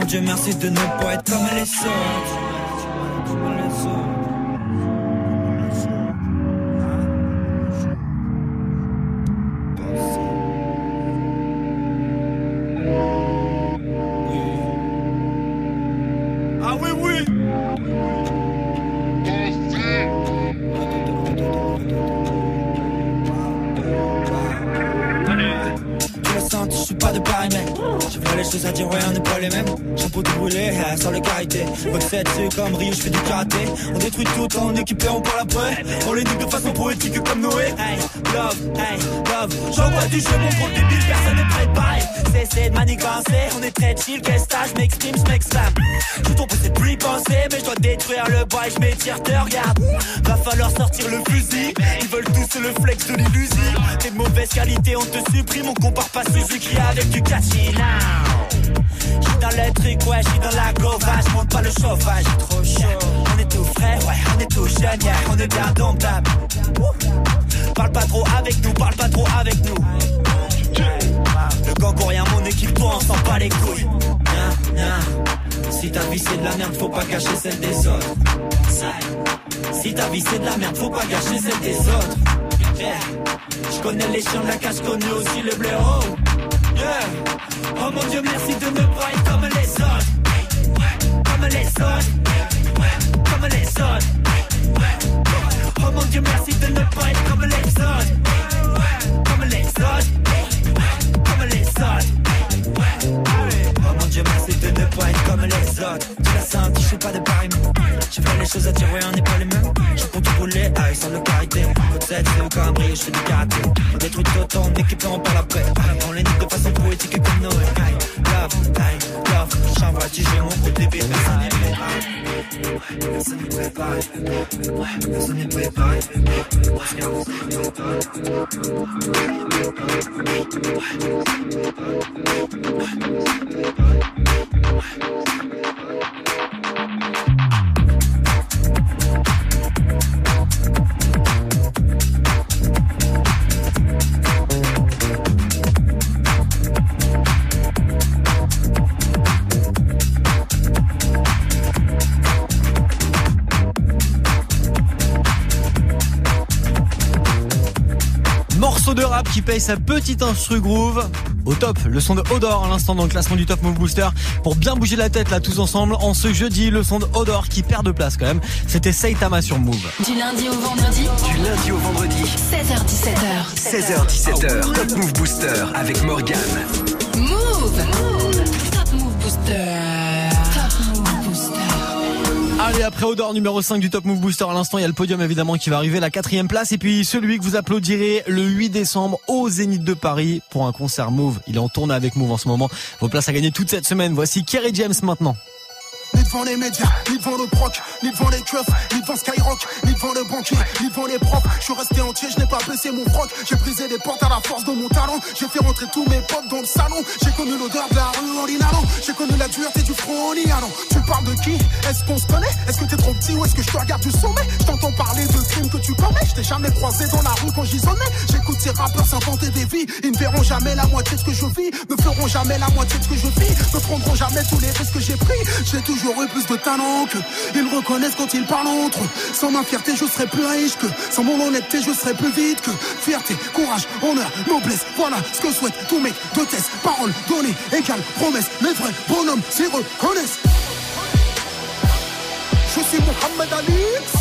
Dieu merci de ne pas être comme les autres. Comme les autres. Les choses à dire, ouais, on n'est pas les mêmes. Chapeau tout brûlé, euh, sans le karité. Boxette, c'est comme Rio, je fais du karaté. On détruit tout en équipé, on parle après. On les nique de façon poétique comme Noé. Hey, love, hey, love. J'envoie du jeu, mon gros débile, personne n'est prêt de pareil. Cessez de manigancer, on est très chill. Qu'est-ce que je m'exprime, je m'exclame. Je tombe, c'est plus y penser, mais je dois détruire le bail, je m'étire, te regarde. Va falloir sortir le fusil. Ils veulent tous le flex de l'illusion. T'es de mauvaise qualité, on te supprime. On compare pas Suzuki avec du catchy now. J'suis dans le truc, ouais, j'suis dans la gauvache. Monte pas le chauffage, trop chaud. On est tout frais, ouais, on est tout jeune, yeah. On est bien domptable. Parle pas trop avec nous, parle pas trop avec nous. Le gangourien, mon équipe, toi, on s'en bat les couilles. Nya, nya. Si ta vie c'est de la merde, faut pas cacher celle des autres. Si ta vie c'est de la merde, faut pas gâcher celle des autres. Yeah. J'connais les chiens de la cache, j'connais aussi le blaireau. Yeah. Oh mon Dieu, merci de ne pas être comme les autres. Comme les autres. Comme les autres. Oh mon Dieu, merci de ne pas être comme les autres. Comme les autres. Comme les autres. Oh mon Dieu, merci de ne pas être comme les autres. Tu l'as senti, je fais pas de pareil. J'ai fait les choses à dire, ouais, on n'est pas les mêmes. J'ai pour tout rouler, ah, sans le karité. Côte sept, c'est au cambré, je fais du karaté. On détruit tout autant, on équipe, on parle après. On les nique de façon poétique comme Noé. Love, love, j'envoie du jeu, mon coup d'épée. Personne n'est préparé. Personne n'est préparé. Personne n'est Morceau de rap qui paye sa petite instru groove. Au top, le son de Odor à l'instant dans le classement du Top Move Booster. Pour bien bouger la tête là tous ensemble, en ce jeudi, le son de Odor qui perd de place quand même. C'était Saitama sur Move. Du lundi au vendredi. Du lundi au vendredi. seize heures dix-sept heures. seize heures dix-sept heures. Top Move Booster avec Morgane. Move. Move. Top Move Booster. Top Move Booster. Allez, après Odor numéro cinq du Top Move Booster, à l'instant il y a le podium évidemment qui va arriver, la quatrième place, et puis celui que vous applaudirez le huit décembre au Zénith de Paris pour un concert Move. Il est en tournée avec Move en ce moment. Vos places à gagner toute cette semaine. Voici Kerry James maintenant. Ni devant les médias, ni devant le proc, ni devant les keufs, ni devant Skyrock, ni devant le banquier, ni devant les profs. Je suis resté entier, je n'ai pas baissé mon froc. J'ai brisé les portes à la force de mon talent. J'ai fait rentrer tous mes potes dans le salon. J'ai connu l'odeur de la rue en l'inhalant. J'ai connu la dureté du front en y allant. Tu parles de qui? Est-ce qu'on se connaît? Est-ce que t'es trop petit ou est-ce que je te regarde du sommet? Je t'entends parler de crimes que tu commets. Je t'ai jamais croisé dans la rue quand j'y sonnais. J'écoute ces rappeurs s'inventer des vies. Ils ne verront jamais la moitié de ce que je vis. Ne feront jamais la moitié de ce que je vis. Ne prendront jamais tous les risques que j'ai pris. J'ai toujours eu plus de talent que ils me reconnaissent quand ils parlent entre eux. Sans ma fierté je serais plus riche que, sans mon honnêteté je serais plus vite que. Fierté, courage, honneur, noblesse, voilà ce que souhaitent tous mec de test. Parole donnée, égale promesse. Les vrais bonhommes s'y reconnaissent. Je suis Mohamed Ali.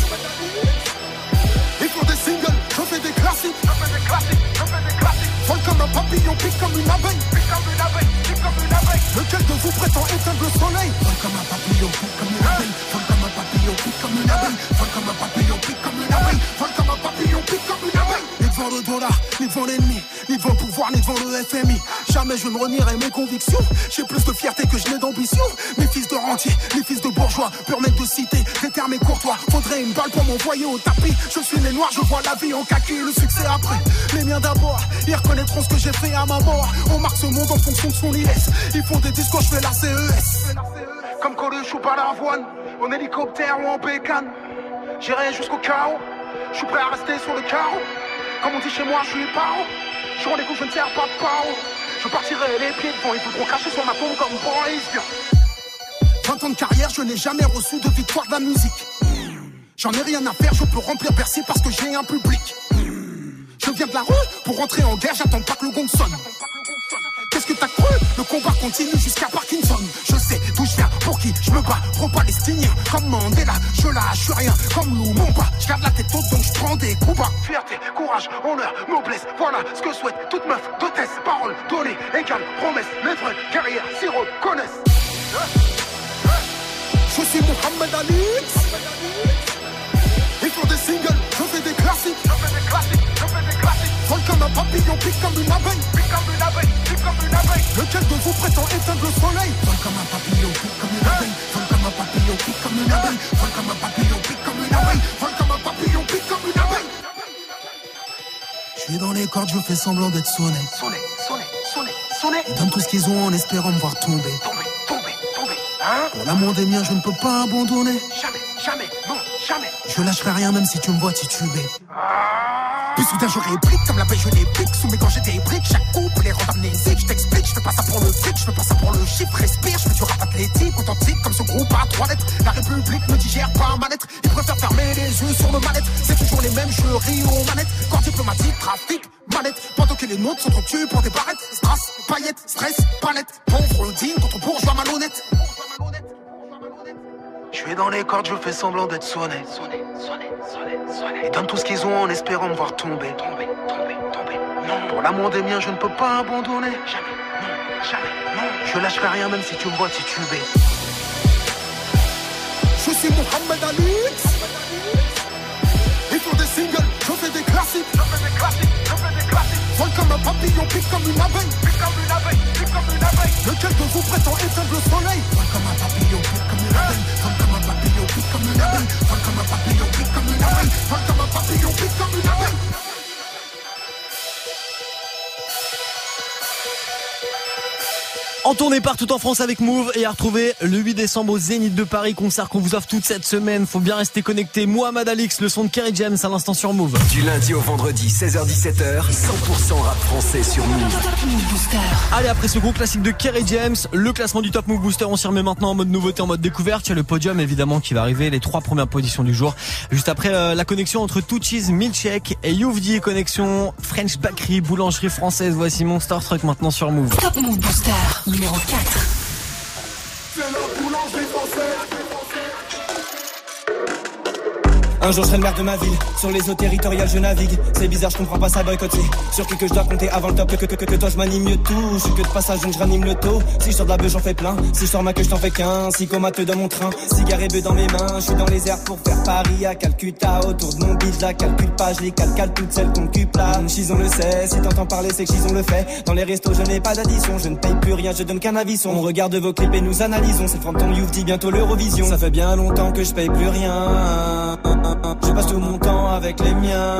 Ils font des singles, je fais des classiques. Je fais des classiques, je fais des classiques. Vol comme un papillon, pique comme une abeille. Pique comme une abeille, pique comme une abeille. Lequel de vous prétend éteindre le soleil? Vol comme un papillon, pique comme une abeille. Vol comme un papillon, pique comme une abeille. Vol comme un papillon, pique comme une abeille. Vol comme un papillon, pique comme une abeille. Ni devant le dollar, ni devant l'ennemi, ni devant le pouvoir, ni devant le F M I. Jamais je ne renierai mes convictions. J'ai plus de fierté que je n'ai d'ambition. Mes fils de rentiers, mes fils de bourgeois, pur mec de cité, des termes et courtois. Faudrait une balle pour m'envoyer au tapis. Je suis né noir, je vois la vie en kaki, le succès après. Les miens d'abord, ils reconnaîtront ce que j'ai fait à ma mort. On marque ce monde en fonction de son I S. Ils font des discours, je fais la C E S. Comme Coluche ou pas l'avoine, en hélicoptère ou en bécane. J'irai jusqu'au chaos, je suis prêt à rester sur le carreau. Comme on dit chez moi, je suis paro. Je rends les coups, je ne sers pas de paro. Je partirai les pieds devant, ils voudront cracher sur ma tombe comme Boris. vingt ans de carrière, je n'ai jamais reçu de victoire de la musique. J'en ai rien à faire, je peux remplir Bercy parce que j'ai un public. Je viens de la rue, pour rentrer en guerre, j'attends pas que le gong sonne. Qu'est-ce que t'as cru? Le combat continue jusqu'à Parkinson. Je sais d'où je viens, pour qui je me bats, pro-palestinien. Comme Mandela, je lâche rien, comme Lumumba. Je garde la tête haute donc je prends des coups bas. Fierté, courage, honneur, noblesse, voilà ce que souhaite toute meuf d'hôtesse. Parole donnée, égale promesse, les vraies guerrières s'y reconnaissent. Je suis Mohamed Ali. Ils font des singles, je fais des classiques. Je fais des classiques, je fais des classiques. Vol comme un papillon, pique comme une abeille. Pique comme une abeille, pique comme une abeille. Lequel de vous prétend éteindre le soleil? Vol comme un papillon, pique comme une abeille. Vol comme un papillon, pique comme une abeille. Vol comme un papillon, pique comme une abeille. Vol comme un papillon, pique comme une abeille. Je suis dans les cordes, je fais semblant d'être sonné. Sonné, sonné, sonné, sonné. Ils donnent tout ce qu'ils ont en espérant me voir tomber. Tomber, tomber, tomber. Hein? Pour l'amour des miens, je ne peux pas abandonner. Jamais, jamais, non, jamais. Je lâcherai rien même si tu me vois tituber. Puis soudain je réplique comme la paix je les pique. Sous mes gants j'ai des briques, chaque coup pour les rendre amnésiques. Je t'explique, je fais pas ça pour le fric, je fais pas ça pour le chiffre. Respire, je fais du rap athlétique, authentique comme ce groupe à trois lettres. La République ne digère pas ma lettre. Ils préfèrent fermer les yeux sur nos manettes. C'est toujours les mêmes, je ris aux manettes. Corps diplomatique, trafic, manette. Pendant que les nôtres sont trop tués pour des barrettes. Strass, paillettes, stress, palette. Pauvre digne contre bourgeois malhonnête. Je suis dans les cordes, je fais semblant d'être sonné. Sonné, sonné, sonné, sonné. Ils donnent tout ce qu'ils ont en espérant me voir tomber. Tomber, tomber, tomber. Non. Pour l'amour des miens, je ne peux pas abandonner. Jamais, non, jamais, non. Je lâcherai rien même si tu me vois tituber. Je suis Mohamed Ali. Ils font des singles, je fais des classiques. Je fais des classiques, je fais des classiques. Vol comme un papillon, pique comme une abeille. Pique comme une abeille, pique comme une abeille. Lequel de vous prétend éteindre le soleil? Vol comme un papillon, pique comme une abeille. Vol comme un papillon, pique comme une abeille. Vol comme un papillon, pique comme une abeille. Vol comme un papillon, pique comme une abeille. En tournée partout en France avec Move et à retrouver le huit décembre au Zénith de Paris, concert qu'on vous offre toute cette semaine. Faut bien rester connecté. Mohamed Alix, le son de Kerry James à l'instant sur Move. Du lundi au vendredi, seize heures dix-sept heures, cent pour cent rap français sur Move. Allez, après ce gros classique de Kerry James, le classement du Top Move Booster, on s'y remet maintenant en mode nouveauté, en mode découverte. Il y a le podium évidemment qui va arriver, les trois premières positions du jour. Juste après euh, la connexion entre Tucci's Milkshake et Youvdi, connexion French Bakery, boulangerie française. Voici Monster Truck maintenant sur Move. Top Move Booster numéro quatre. C'est la boulangerie française. Un jour je serai le maire de ma ville, sur les eaux territoriales je navigue. C'est bizarre, je comprends pas ça boycott, c'est sur qui que je dois compter avant le top. Que, que, que, que toi je m'anime mieux tout, je suis que de passage donc je ranime le taux. Si je sors de la beuh j'en fais plein, si je sors ma queue je t'en fais qu'un. Si comateux dans mon train, cigare et bœuf dans mes mains. Je suis dans les airs pour faire Paris à Calcutta. Autour de mon beat, je la calcule pas, je les calcale toutes celles qu'on occupe là. Chison le sait, si t'entends parler c'est que Chison le fait. Dans les restos je n'ai pas d'addition, je ne paye plus rien, je donne qu'un avis. On regarde vos clips et nous analysons. C'est le fantôme Youvdi, bientôt l'Eurovision. Ça fait bien longtemps que je paye plus rien. Je passe tout mon temps avec les miens.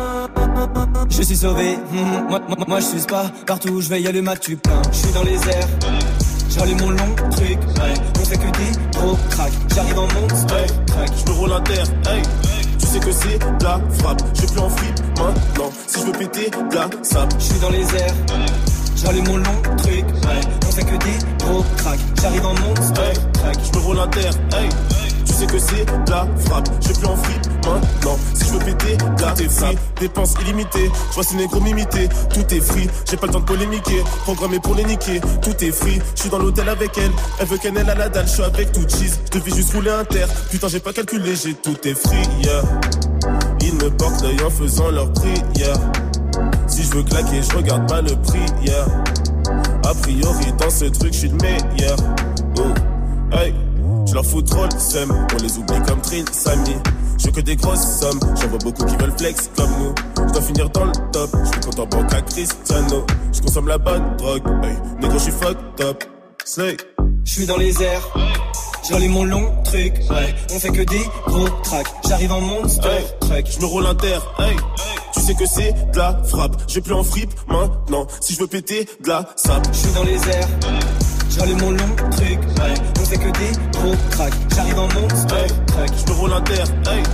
Je suis sauvé, mmh, moi, moi, moi je suis pas partout où je vais, y'a le mat tu plein. Je suis dans les airs, j'allume mon long truc, ouais. On fait que des gros cracks. J'arrive en monster hey, track. Je me roule un terre, hey. Tu sais que c'est de la frappe. Je vais plus en flip maintenant. Si je veux péter de la sable. Je suis dans les airs, j'allume mon long truc, ouais. On fait que des gros cracks. J'arrive en monster hey. track. Je me roule un terre, hey. Tu sais que c'est de la frappe, je vais plus en free maintenant. Si je veux péter, là t'es free. Dépenses illimitées, je vois ces négros m'imiter. Tout est free, j'ai pas le temps de polémiquer. Programmé pour les niquer, tout est free. Je suis dans l'hôtel avec elle, elle veut qu'elle à la dalle. Je suis avec tout cheese, je devais juste rouler un terre. Putain j'ai pas calculé, j'ai tout est free, yeah. Ils me portent l'œil en faisant leur prière, yeah. Si je veux claquer, je regarde pas le prix, yeah. A priori dans ce truc, je suis le meilleur. Oh, hey. Je leur fous trop le seum, on les oublie comme Trill, Samy. Je veux que des grosses sommes, j'en vois beaucoup qui veulent flex comme nous. Je dois finir dans le top, je suis compte en banque à Cristiano. Je consomme la bonne drogue, hey, négro je suis fucked up. Slay. Je suis dans les airs, j'allume mon long truc, ouais. On fait que des gros tracks, j'arrive en monster hey, track. Je me roule un terre, hey. Tu sais que c'est de la frappe, j'ai plus en fripe maintenant. Si je veux péter de la sable. Je suis dans les airs, j'allume mon long truc, ouais. On fait que des gros cracks. J'arrive en monster hey, track. Je me roule un terre, hey.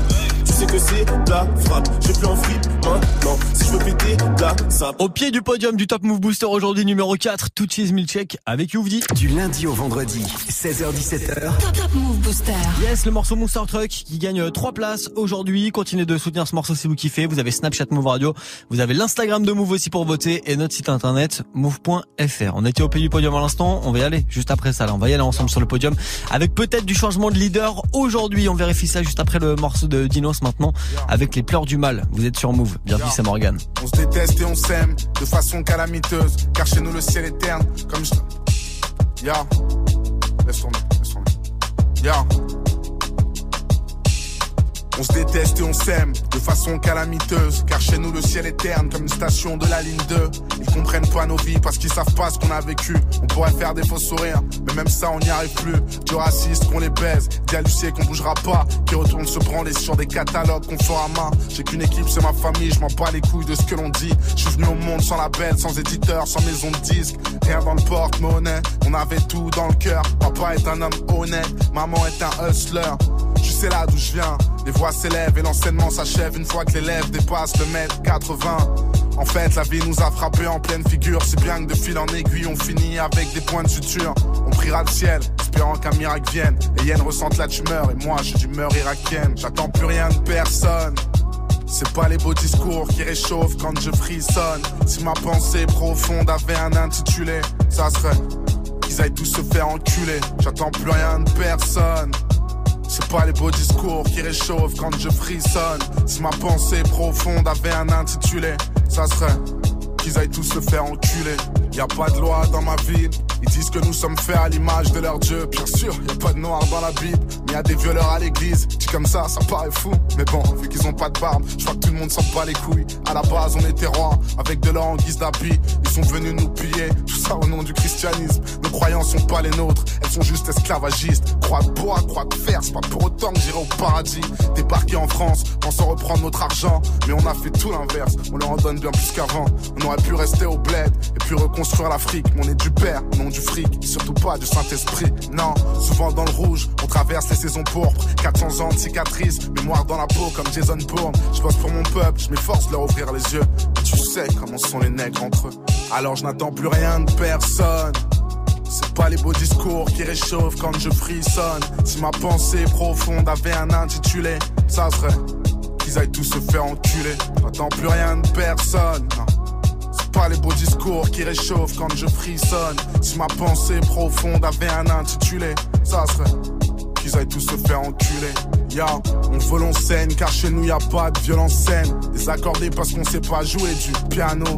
tu sais que c'est de la frappe. Je vais plus en free maintenant, si je veux péter de la sape. Au pied du podium du Top Move Booster aujourd'hui, numéro quatre, Tucci's Milkshake avec Youvdi. Du lundi au vendredi, seize heures dix-sept heures. Top, Top Move Booster. Yes, le morceau Monster Truck qui gagne trois places aujourd'hui. Continuez de soutenir ce morceau si vous kiffez. Vous avez Snapchat Move Radio, vous avez l'Instagram de Move aussi pour voter et notre site internet move point f r. On était au pied du podium à l'instant, on va y aller juste après ça. Là, on va y aller ensemble sur le podium avec peut-être du changement de leader aujourd'hui. On vérifie ça juste après le morceau de Dinos maintenant avec les pleurs du mal. Vous êtes sur Move. Bienvenue, c'est Morgan. On se déteste et on s'aime de façon calamiteuse, car chez nous le ciel est terne comme je... Ya, laisse tomber, laisse tomber. Ya. On se déteste et on s'aime de façon calamiteuse, car chez nous le ciel est terne comme une station de la ligne deux. Ils comprennent pas nos vies parce qu'ils savent pas ce qu'on a vécu. On pourrait faire des faux sourires, mais même ça on n'y arrive plus. Du raciste qu'on les baise, d'hallucier qu'on bougera pas, qui retourne se branler sur des catalogues qu'on fera à main. J'ai qu'une équipe, c'est ma famille, je m'en bats les couilles de ce que l'on dit. Je suis venu au monde sans label, sans éditeur, sans maison de disque. Rien dans le porte-monnaie, on avait tout dans le cœur. Papa est un homme honnête, maman est un hustler. Tu sais là d'où je viens, les voix s'élèvent et l'enseignement s'achève une fois que l'élève dépasse le mètre quatre-vingts. En fait, la vie nous a frappé en pleine figure, si bien que de fil en aiguille, on finit avec des points de suture. On priera le ciel, espérant qu'un miracle vienne. Les hyènes ressentent la tumeur et moi j'ai d'humeur irakienne. J'attends plus rien de personne. C'est pas les beaux discours qui réchauffent quand je frissonne. Si ma pensée profonde avait un intitulé, ça serait qu'ils aillent tous se faire enculer. J'attends plus rien de personne. C'est pas les beaux discours qui réchauffent quand je frissonne. Si ma pensée profonde avait un intitulé, ça serait qu'ils aillent tous se faire enculer. Y a pas de loi dans ma ville, ils disent que nous sommes faits à l'image de leur Dieu. Bien sûr, y a pas de noir dans la Bible, mais y a des violeurs à l'église. Dit comme ça, ça paraît fou, mais bon, vu qu'ils ont pas de barbe, je crois que tout le monde s'en bat les couilles. À la base, on était rois, avec de l'or en guise d'habit. Ils sont venus nous piller, tout ça au nom du christianisme. Nos croyances sont pas les nôtres, elles sont juste esclavagistes. Croix de bois, croix de fer, c'est pas pour autant que j'irai au paradis. Débarquer en France, pensant reprendre notre argent, mais on a fait tout l'inverse, on leur en donne bien plus qu'avant. On aurait pu rester au bled, et puis reconstruire l'Afrique. Mais on est du père, non du fric, surtout pas du Saint-Esprit. Non, souvent dans le rouge, on traverse les saisons pourpres. quatre cents ans de cicatrices, mémoire dans la peau comme Jason Bourne. Je bosse pour mon peuple, je m'efforce de leur ouvrir les yeux. Et tu sais comment sont les nègres entre eux. Alors je n'attends plus rien de personne. C'est pas les beaux discours qui réchauffent quand je frissonne. Si ma pensée profonde avait un intitulé, ça serait qu'ils aillent tous se faire enculer. J'attends plus rien de personne, non. Pas les beaux discours qui réchauffent quand je frissonne. Si ma pensée profonde avait un intitulé, ça serait qu'ils aillent tous se faire enculer. Ya, yeah, on vole en scène car chez nous y a pas de violence saine. Désaccordé parce qu'on sait pas jouer du piano,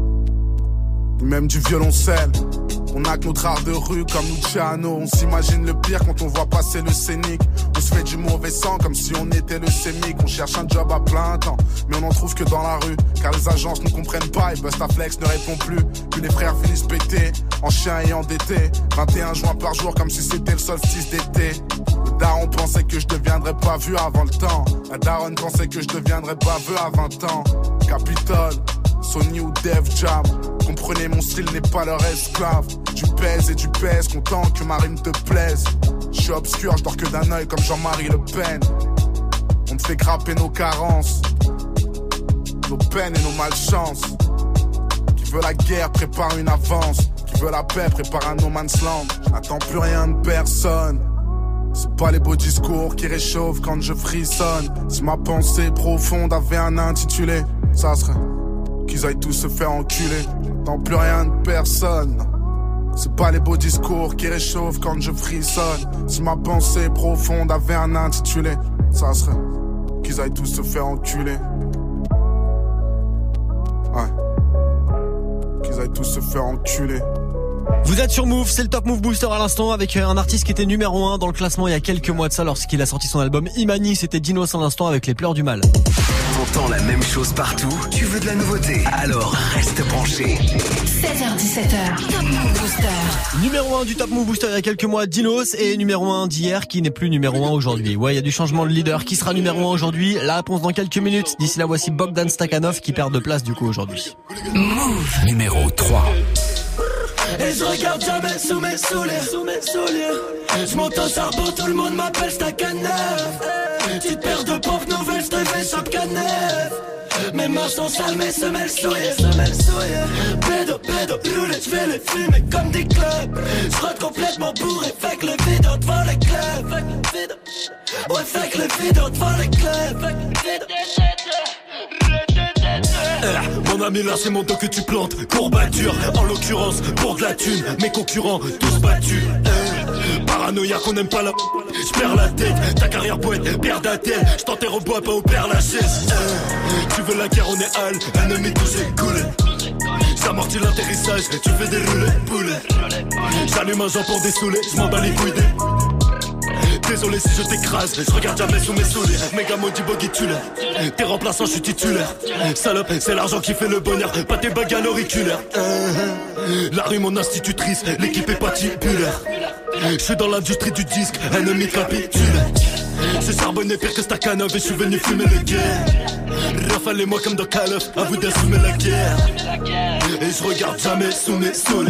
ni même du violoncelle. On a que notre art de rue comme Luciano. On s'imagine le pire quand on voit passer le scénic. On se fait du mauvais sang comme si on était le sémic. On cherche un job à plein temps, mais on n'en trouve que dans la rue. Car les agences ne comprennent pas et Bustaflex ne répond plus. Puis les frères finissent pétés, en chien et endettés. vingt et un juin par jour comme si c'était le solstice d'été. Le daron pensait que je deviendrais pas vieux avant le temps. La daronne pensait que je deviendrais pas vieux à vingt ans. Capitole, Sony ou Def Jam, comprenez mon style n'est pas leur esclave. Tu pèses et tu pèses, content que ma rime te plaise. Je suis obscur, je dors que d'un œil comme Jean-Marie Le Pen. On te fait grapper nos carences, nos peines et nos malchances. Qui veut la guerre prépare une avance, qui veut la paix prépare un no man's land. Je n'attends plus rien de personne. C'est pas les beaux discours qui réchauffent quand je frissonne. Si ma pensée profonde avait un intitulé, ça serait qu'ils aillent tous se faire enculer. J'attends plus rien de personne. C'est pas les beaux discours qui réchauffent quand je frissonne. Si ma pensée profonde avait un intitulé, ça serait qu'ils aillent tous se faire enculer. Ouais. Qu'ils aillent tous se faire enculer. Vous êtes sur Move, c'est le Top Move Booster à l'instant avec un artiste qui était numéro un dans le classement il y a quelques mois de ça lorsqu'il a sorti son album Imani. C'était Dinos à l'instant avec Les Pleurs du Mal. T'entends la même chose partout, tu veux de la nouveauté, alors reste branché. seize heures dix-sept heures, Top Move Booster. Numéro un du Top Move Booster il y a quelques mois, Dinos, et numéro un d'hier qui n'est plus numéro un aujourd'hui. Ouais, il y a du changement de leader. Qui sera numéro un aujourd'hui? La réponse dans quelques minutes. D'ici là, voici Bogdan Stakhanov qui perd de place du coup aujourd'hui. Move numéro trois. Et je regarde jamais sous mes souliers, sous mes souliers. Je monte au charbon, tout le monde m'appelle Stakhanov. Petite paire de pompes nouvelles, je te fais choc à neuf. Mes mains sont sales, mes semelles souillées, semelles souillées. Pédo, pédo, roulette, je vais les fumer comme des clubs. Je rentre complètement bourré, fait que le vide devant les clubs. Ouais, fait que le vide devant les clubs. Eh, mon ami là c'est mon dos que tu plantes. Courbature, en l'occurrence pour de la thune. Mes concurrents tous battus. Eh, paranoïa qu'on aime pas la. J'perds la tête, ta carrière poète, perd la tête. J't'enterre au bois, pas au père Lachaise. Eh, tu veux la guerre, on est hal, ennemi touché, cool. J'amortis l'atterrissage, tu fais des roulets, poulet. J'allume un jambon dessoulé, j'm'en bats les couilles des. Désolé si je t'écrase, je regarde jamais sous mes souliers. Méga maudit boggy tu l'es. T'es remplaçant, je suis titulaire. Salope, c'est l'argent qui fait le bonheur, pas tes bagues à l'auriculaire. La rue mon institutrice, l'équipe est pas titulaire. Je suis dans l'industrie du disque, ennemi capitule. C'est charbonné pire que Stakhanov et je suis venu fumer le guerre. Rafale et moi comme dans Call of, à vous d'assumer la guerre. Et je regarde jamais sous mes souliers.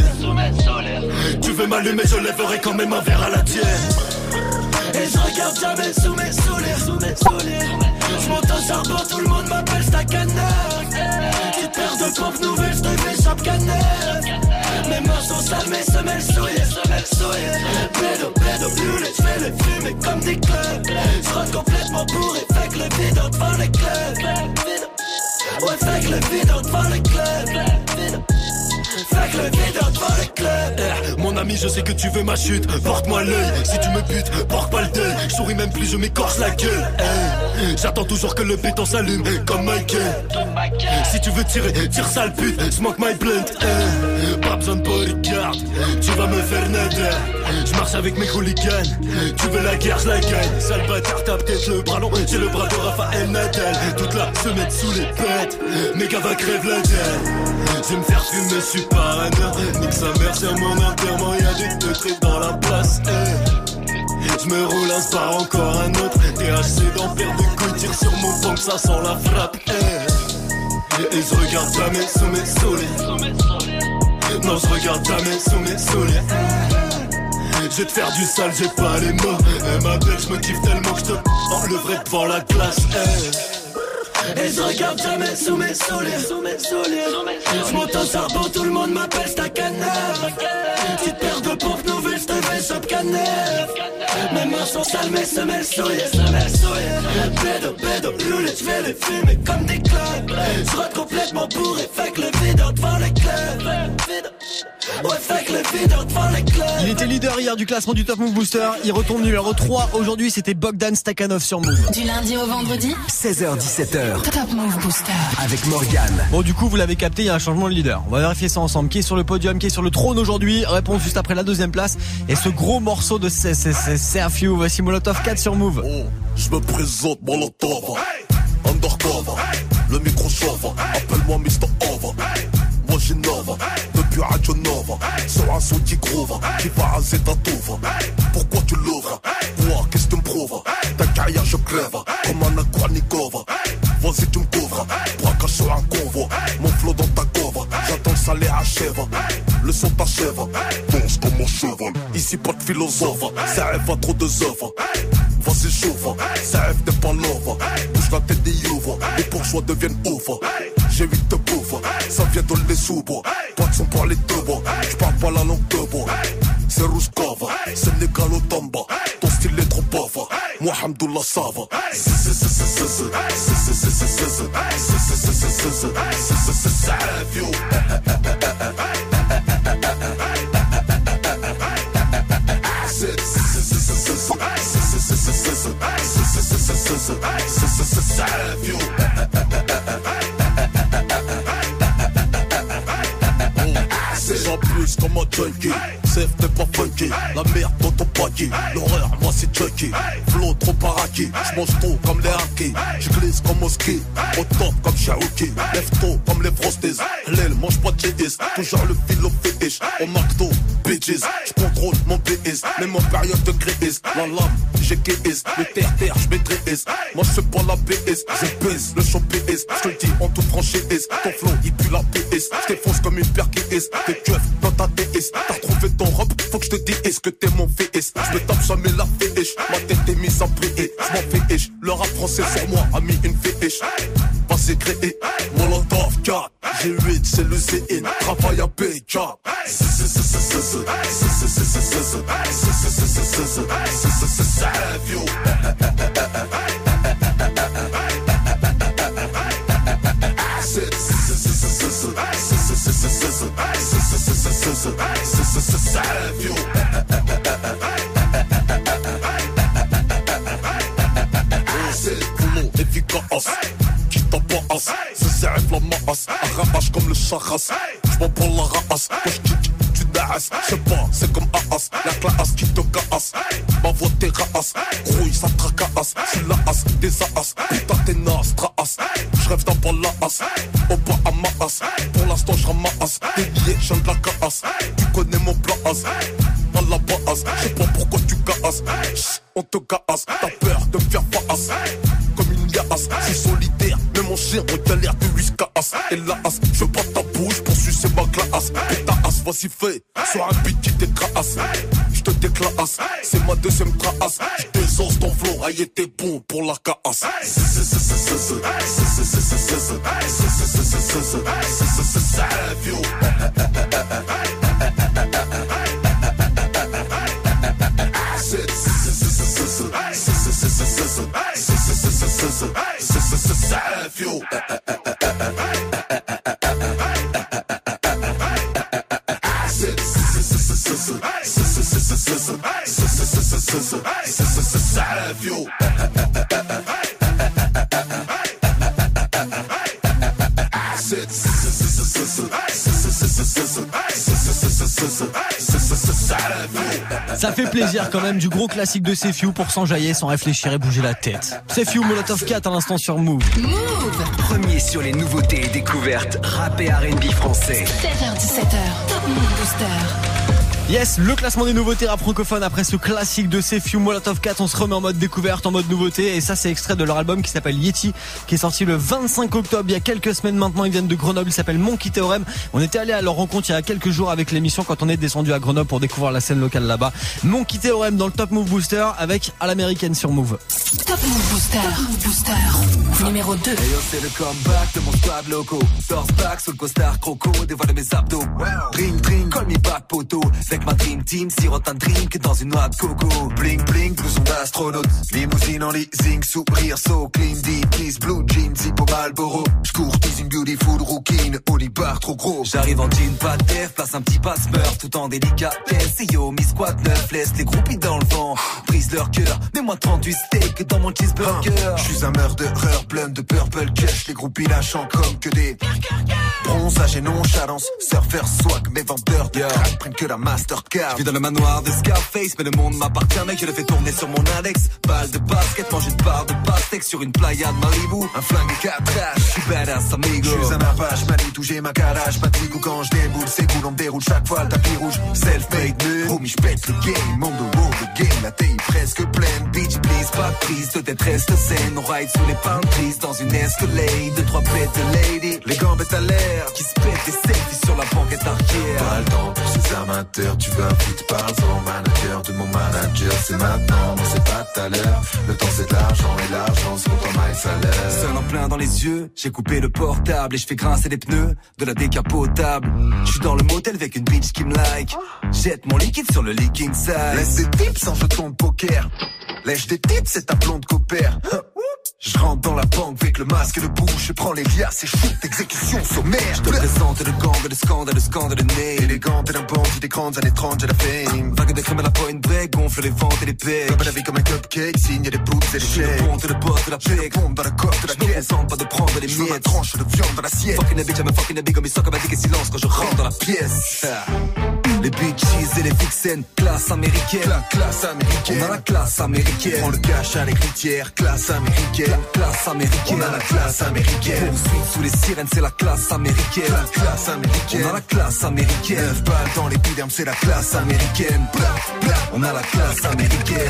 Tu veux m'allumer, je lèverai quand même un verre à la tienne. Et je regarde jamais sous mes souliers, sous mes souliers. Je monte au charbon, tout le monde m'appelle Stakhanov. Petite paire de pompes nouvelles, je te fais choc à neuf. Mes mains sont sales, mes semelles souillées, semelles souillées. Pédo, pédo, roulette, je vais les fumer comme des clubs. Je rentre complètement bourré, fait que le vide devant les clubs. Ouais, fait que le vide devant les clubs. Fait que le vide devant les clubs. Eh, mon ami, je sais que tu veux ma chute. Porte-moi l'œil, si tu me butes, porte pas le deuil. Je souris même plus, je m'écorche la gueule. Eh, j'attends toujours que le béton s'allume, comme Michael. Si tu veux tirer, tire sale pute, smoke my blunt. Eh, pas besoin de bodyguard, tu vas me faire nader. Je marche avec mes hooligans, tu veux la guerre, je la gagne. Sale bâtard, t'as peut-être le bras long, j'ai le bras de Raphaël Nadal. Toute la semaine sous les pètes, mes gars va crève la dalle. Je vais me faire fumer, je suis parano. Nique sa mère, c'est mon enterrement, y'a des teutrés dans la place. Eh. Je me roule un spar, encore un autre. T H C dans paire de couilles, tire sur mon pompe, ça sent la frappe. Eh. Et je regarde jamais sous mes souliers. Non, je regarde jamais sous mes souliers. Je vais te faire du sale, j'ai pas les mots. Eh, ma belle, je me kiffe tellement que je te enlèverai devant la glace. Eh. Et je regarde jamais sous mes souliers, sous mes souliers. Je monte au charbon, tout le monde m'appelle Stakhanov. Petite paire de pompes nouvelles, je te fais choc à neuf. Mes mains sont sales, mes semelles souillées, semelles souillées. Pédo, pédo, roulette, je vais les fumer comme des clubs. Je rentre complètement bourré, fait que le vide devant les clubs. Ouais, fait que le vide devant les clubs. Il était leader hier du classement du Top Move Booster. Il retombe numéro trois. Aujourd'hui, c'était Bogdan Stakhanov sur Move. Du lundi au vendredi, seize heures dix-sept heures. Top Move Booster. Avec Morgane. Bon, du coup, vous l'avez capté, il y a un changement de leader. On va vérifier ça ensemble. Qui est sur le podium, qui est sur le trône aujourd'hui? Réponse juste après la deuxième place. Et ce gros morceau de Serfio. Voici Molotov quatre sur Move. Oh, je me présente Molotov. Undercover. Le micro chauve. Appelle-moi mister Over. Moi j'innove. Depuis Radio Nova. Sur un son qui groove. Qui va raser ta touve. Pourquoi tu l'ouvres? Moi, qu'est-ce que tu me prouves? Ta carrière, je crève. Comme un Akwarnikova. Vas-y, tu me couvres. Braquage sur un convoi. Mon flow dans ta cover. J'attends que ça les achève. Le son t'achève. Danse comme mon cheval. Ici, pas de philosophe. Ça rêve à trop de œuvres. Vas-y, chauffe. Ça rêve des pas love. Bouge la tête des youves. Les bourgeois deviennent ouf. J'ai huit de bouffe. Ça vient de les sous-bois. Pas de son par les deux bois. J'parle pas la langue de bois. C'est Rouskova. C'est Négalo Tamba. Ton style est trop pauvre. Moi, Hamdoullah, ça va. J'en plus comme un junkie, safe t'es pas funky. La merde dans ton paquet, l'horreur moi c'est junkie. Flow trop paraki, j'mange trop comme les hackers. J'glisse comme au ski, au top comme Cherokee. Lève tôt comme les frosties, l'aile mange pas de J S. Toujours le filo fétiche, au McDo, bitches. J'contrôle mon B S, crise, même en période de crise. La lame, j'ai guéisse, le terre-terre, j'maîtrise. Moi j'fais pas la B S, je baisse, le champ P S. J'te le dis en toute franchise, ton flow il pue la P S. J't'effonce comme une paire qui est, t'es keufs dans ta D S. T'as retrouvé ton robe, faut que j'te dise est-ce que t'es mon V S. J'me tape jamais la V S, ma tête est mise en prier. J'm'en fais ish, le rap français sur moi a mis une V S. Vas-y créé, Molotov quatre, G huit c'est le C N, travail à P K. Qui t'en passe, c'est serré la masse, arrache comme le charras. J'm'en prends la race, quand j'kick, tu dasses. J'sais pas, c'est comme Aas, la classe qui te casse. Ma voix t'es raas, grouille ça tracasse. J'suis la as, des as, putain t'es naze, traas. J'rêve d'un bal la as, au bas à ma as. Pour l'instant j'ramasse, t'es lié, j'aime de la casse. Tu connais mon place, à la base. J'sais pas pourquoi tu casses, on te casse. T'as peur de me faire face, comme une liasse. J'suis solitaire, mais mon chien on galère de lui casse. Et la as, j'veux pas ta bouche pour sucer ma glace. Et ta as, vas-y fais, sois un beat qui t'écrasse. J'te déclasse, c'est ma deuxième trace. J'désose ton flow, aïe t'es bon pour la casse. Ça fait plaisir quand même, du gros classique de Sefiu pour s'enjailler sans réfléchir et bouger la tête. Sefiu, Molotov quatre à l'instant sur Move. Move. Premier sur les nouveautés et découvertes rap et R and B français. sept heures dix-sept heures, Top Move Booster. Yes, le classement des nouveautés rap francophone après ce classique de Sefiu, Molotov quatre, on se remet en mode découverte, en mode nouveauté, et ça c'est extrait de leur album qui s'appelle Yeti, qui est sorti le vingt-cinq octobre, il y a quelques semaines maintenant. Ils viennent de Grenoble, il s'appelle Monkey Theorem. On était allé à leur rencontre il y a quelques jours avec l'émission quand on est descendu à Grenoble pour découvrir la scène locale là-bas. Monkey Theorem dans le Top Move Booster avec à l'américaine sur Move. Top Move Booster, Top Move Booster, numéro deux. Et yo, c'est le comeback de mon squad loco. Torse back sous le costard croco, dévoile mes abdos. Ring, ring, call me back poto. Avec ma dream team, sirote un drink dans une noix de coco. Bling, bling, blouson d'astronaute. Limousine en leasing, sourire, so clean, deep, please, blue jeans, hippo Malboro. J'courtise une beautiful rouquine, on y barre trop gros. J'arrive en jean, pas de def, place un petit passe-meurtre tout en délicatesse. Et yo, mi squad neuf, laisse les groupies dans le vent. Brise leur cœur, mets-moi trente-huit steaks dans mon cheeseburger. J'suis un murderer plein de purple cash. Les groupies lâchant comme que des bronzage et nonchalance. Surfer swag, mes vendeurs de crack prennent que la Mastercard. J'vis dans le manoir de Scarface, mais le monde m'appartient mec, je le fais tourner sur mon index. Balle de basket, mange une barre de pastèque sur une playa de Malibu. Un flingue et quatre H, j'suis badass amigo. J'suis un arpage, manie, toucher ma calage. Pas de ou quand j'déboule, c'est cool, on me déroule chaque fois le tapis rouge. Self-made me, homie j'pète le game. Monde de wow, le game, la taille presque pleine. Bitch please, pas de prise, de tête reste saine. On ride sous les palm trees dans une Escalade. Deux, trois pètes de lady, les gambettes à l'air. Qui se pètent des selfies sur la banquette arrière. Pas le temps pour ces amateurs, tu veux un foot, parle-en manager de mon manager. C'est maintenant, non c'est pas tout à l'heure. Le temps c'est de l'argent et l'argent c'est pour ton salaire. Seul en plein dans les yeux, j'ai coupé le portable et je fais grincer les pneus de la décapotable. Je suis dans le motel avec une bitch qui me like. Jette mon liquide sur le leak inside. Laisse des tips en jeton de poker. Lèche des tips, c'est ta blonde copère. Je rentre dans la banque avec le masque et le bouche. Je prends les liasses et shoot exécution sommaire. Je te présente le gang, le scandale, le scandale, le nez. Élégante et d'un bandit des grandes années trente, j'ai la fame. Vague de crème à la point break, gonfle les ventes et les pecs. Comme la vie comme un cupcake, signe des boots et des chèques. Je le ponte, le boss de la pec. Je pompe dans la coque de la caisse. Je pas de prendre les miettes. Je veux ma miettes. tranche de viande dans l'assiette. Fucking a bitch, I'm a fucking a big, comme il sort comme un silence quand je rentre dans la pièce. Les bitches et les vixens, classe américaine. La classe américaine. On a la classe américaine. On le cache à l'écritière, classe américaine. La classe américaine. On a la classe américaine. Poursuite sous les sirènes, c'est la classe américaine. La classe américaine. On a la classe américaine. Neuf balles dans l'épiderme, c'est la classe américaine. Bla, bla. On a la classe américaine.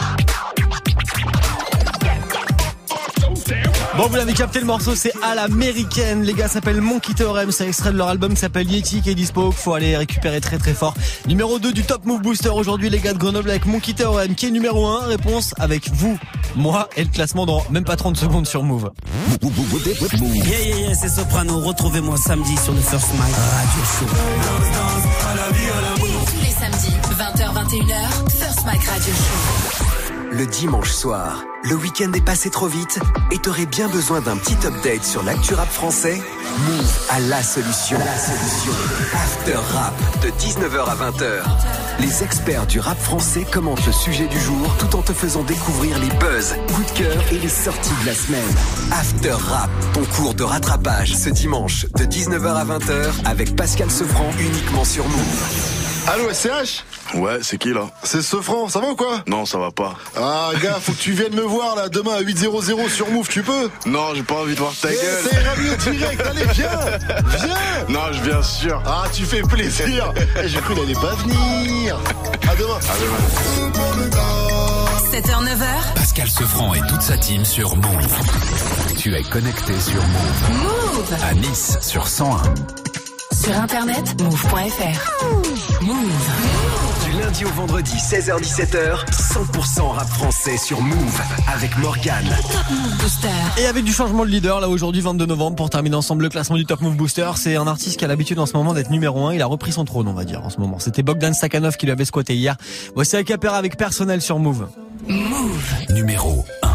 Bon, vous l'avez capté, le morceau c'est à l'américaine. Les gars s'appellent Monkey Theorem, c'est extrait de leur album qui s'appelle Yeti, qui est dispo, qu'il faut aller récupérer très très fort. Numéro deux du Top Move Booster aujourd'hui, les gars de Grenoble, avec Monkey Theorem qui est numéro un. Réponse avec vous, moi et le classement dans même pas trente secondes sur Move. Yeah yeah yeah, c'est Soprano, retrouvez-moi samedi sur le First Mike Radio Show. Tous les samedis, vingt heures vingt et une heures, First Mike Radio Show. Le dimanche soir, le week-end est passé trop vite et t'aurais bien besoin d'un petit update sur l'actu rap français? Move a la solution. La solution. After Rap, de dix-neuf heures à vingt heures. Les experts du rap français commentent le sujet du jour tout en te faisant découvrir les buzz, coups de cœur et les sorties de la semaine. After Rap, ton cours de rattrapage ce dimanche de dix-neuf heures à vingt heures avec Pascal Sefranc uniquement sur Move. Allô S C H? Ouais, c'est qui là? C'est Sefranc, ça va ou quoi? Non, ça va pas. Ah gars, faut que tu viennes me voir là demain à huit heures sur Move, tu peux? Non, j'ai pas envie de voir ta eh, gueule. Ça ira mieux direct, allez viens. Viens. Non, je viens sûr. Ah, tu fais plaisir. Et j'ai cru d'aller pas venir. À demain. À demain. sept heures neuf heures. Pascal Sefranc et toute sa team sur Move. Tu es connecté sur Move. Move. À Nice sur cent un. Sur internet, move point f r. Move. Du lundi au vendredi, seize heures dix-sept heures, cent pour cent rap français sur Move avec Morgane. Top Move Booster. Et avec du changement de leader, là aujourd'hui vingt-deux novembre, pour terminer ensemble le classement du Top Move Booster, c'est un artiste qui a l'habitude en ce moment d'être numéro un. Il a repris son trône, on va dire, en ce moment. C'était Bogdan Stakhanov qui l'avait squatté hier. Voici Acapera avec Personnel sur Move. Move. Numéro un.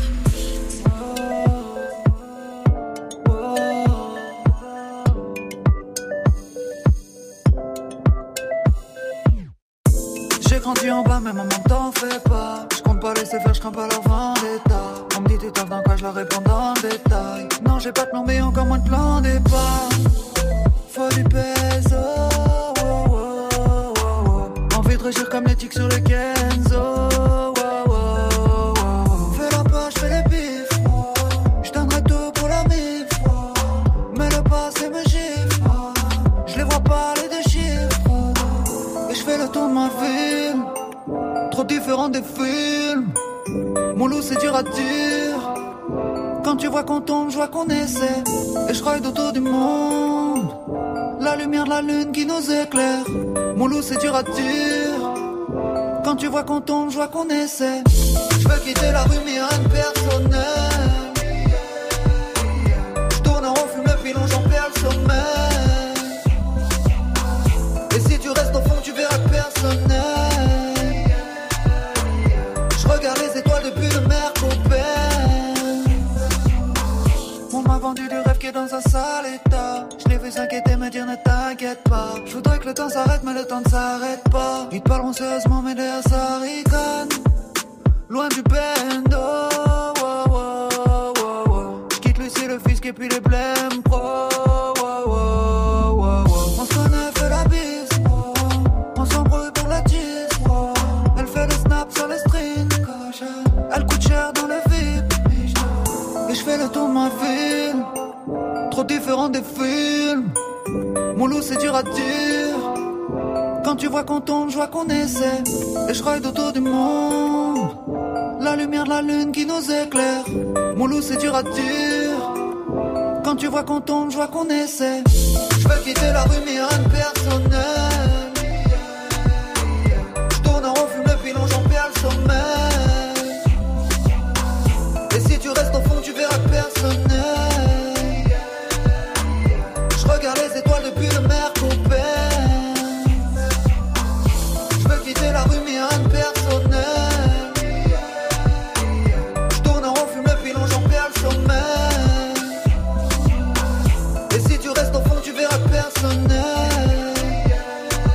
J'ai grandi en bas, mais maman t'en fais pas. Je compte pas laisser faire, je crains pas leur vendetta. On me dit tu taffes dans quoi, je leur réponds dans le détail. Non, j'ai pas de plan, mais encore moins de plan départ. Faut du peso, oh, oh, oh, oh. Envie de régir comme les tics sur le Kenzo, oh, oh, oh, oh. Fais la poche, fais les bifs, oh. Je donnerai tout pour la mif, oh. Mais le passé me gifle, oh. Je les vois parler de chiffres, oh. Et je fais le tour de ma ville, trop différent des films. Mon loup c'est dur à dire. Quand tu vois qu'on tombe, je vois qu'on essaie. Et je ride autour du monde, la lumière de la lune qui nous éclaire. Mon loup c'est dur à dire. Quand tu vois qu'on tombe, je vois qu'on essaie. Je veux quitter la rue mais rien de personnel. Je tourne en rond, fume le pilon, j'en perds le sommeil. Et si tu restes au fond, tu verras que personnel. Je regarde les étoiles depuis le Mercopène. On m'a vendu du rêve qui est dans un sale état. Je l'ai vu s'inquiéter, me dire ne t'inquiète pas. Je voudrais que le temps s'arrête, mais le temps ne s'arrête pas. Ils te parleront sérieusement, mais derrière ça ricane. Loin du bendo, oh, oh, oh, oh, oh. Je quitte Lucie, le fisc et puis les blèmes pro, oh, oh, oh, oh. On se connaît, fait la bise, oh. On s'embrouille pour la tisse, oh. Elle fait le snap sur les strings, coche. Elle coûte cher dans le vide. Et je fais le tour de ma ville, trop différent des films. Mon loup c'est dur à dire. Quand tu vois qu'on tombe, je vois qu'on essaie. Et je ride autour du monde, la lumière de la lune qui nous éclaire. Mon loup c'est dur à dire. Quand tu vois qu'on tombe, je vois qu'on essaie. Je veux quitter la rue mais rien de personnel. Je tourne en rond, fume le pilon, j'en perds le sommeil. Et si tu restes au fond, tu verras que personnel. Je regarde les étoiles depuis le Mercopène. Je veux quitter la rue mais rien de personnel. Je tourne en rond, fume le pilon, j'en perds le sommeil. Et si tu restes au fond, tu verras que personnel.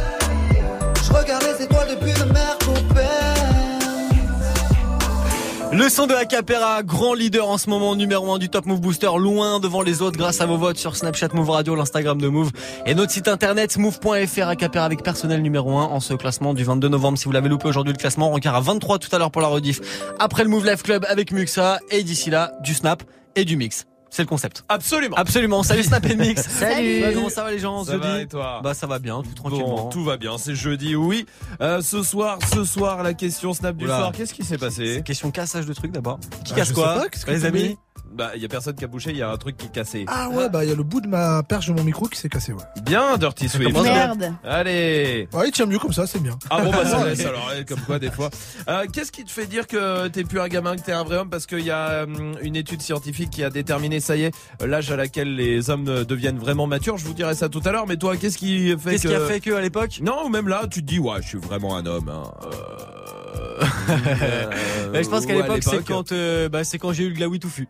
Je regarde les étoiles depuis le Mercopène. Le son de Acapera, grand leader en ce moment, numéro un du Top Move Booster, loin devant les autres grâce à vos votes sur Snapchat Move Radio, l'Instagram de Move et notre site internet move point f r. Acapera avec personnel numéro un en ce classement du vingt-deux novembre. Si vous l'avez loupé aujourd'hui le classement, on rencard à vingt-trois tout à l'heure pour la rediff. Après le Move Life Club avec Muxa et d'ici là, du Snap et du Mix. C'est le concept. Absolument. Absolument. Salut Snap et Mix. Salut. Comment ça va les gens? Ça jeudi va et toi? Bah ça va bien, tout tranquillement. Bon, tout va bien, c'est jeudi, oui. Euh, ce soir, ce soir, la question Snap du Oula. soir, qu'est-ce qui s'est passé? C'est question cassage de trucs d'abord. Qui Ah, casse je quoi? sais pas, qu'est-ce que Les t'as amis? mis Bah, il y a personne qui a bouché, il y a un truc qui est cassé. Ah ouais, bah il y a le bout de ma perche de mon micro qui s'est cassé, ouais. Bien, Dirty Swift. Merde. Allez. Ouais, il tient mieux comme ça, c'est bien. Ah bon, bah ça laisse alors, ouais, comme quoi des fois. Euh, qu'est-ce qui te fait dire que t'es plus un gamin, que t'es un vrai homme? Parce qu'il y a hum, une étude scientifique qui a déterminé, ça y est, l'âge à laquel les hommes deviennent vraiment matures. Je vous dirai ça tout à l'heure, mais toi, qu'est-ce qui fait Qu'est-ce que... qui a fait que à l'époque? Non, ou même là, tu te dis, ouais, je suis vraiment un homme. Hein. Euh... Bah, je pense qu'à ou à l'époque, c'est quand, euh, bah, c'est quand j'ai eu le glaoui touffu.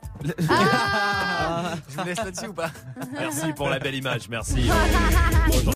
Ah, je vous laisse là-dessus ou pas? Merci pour la belle image, merci.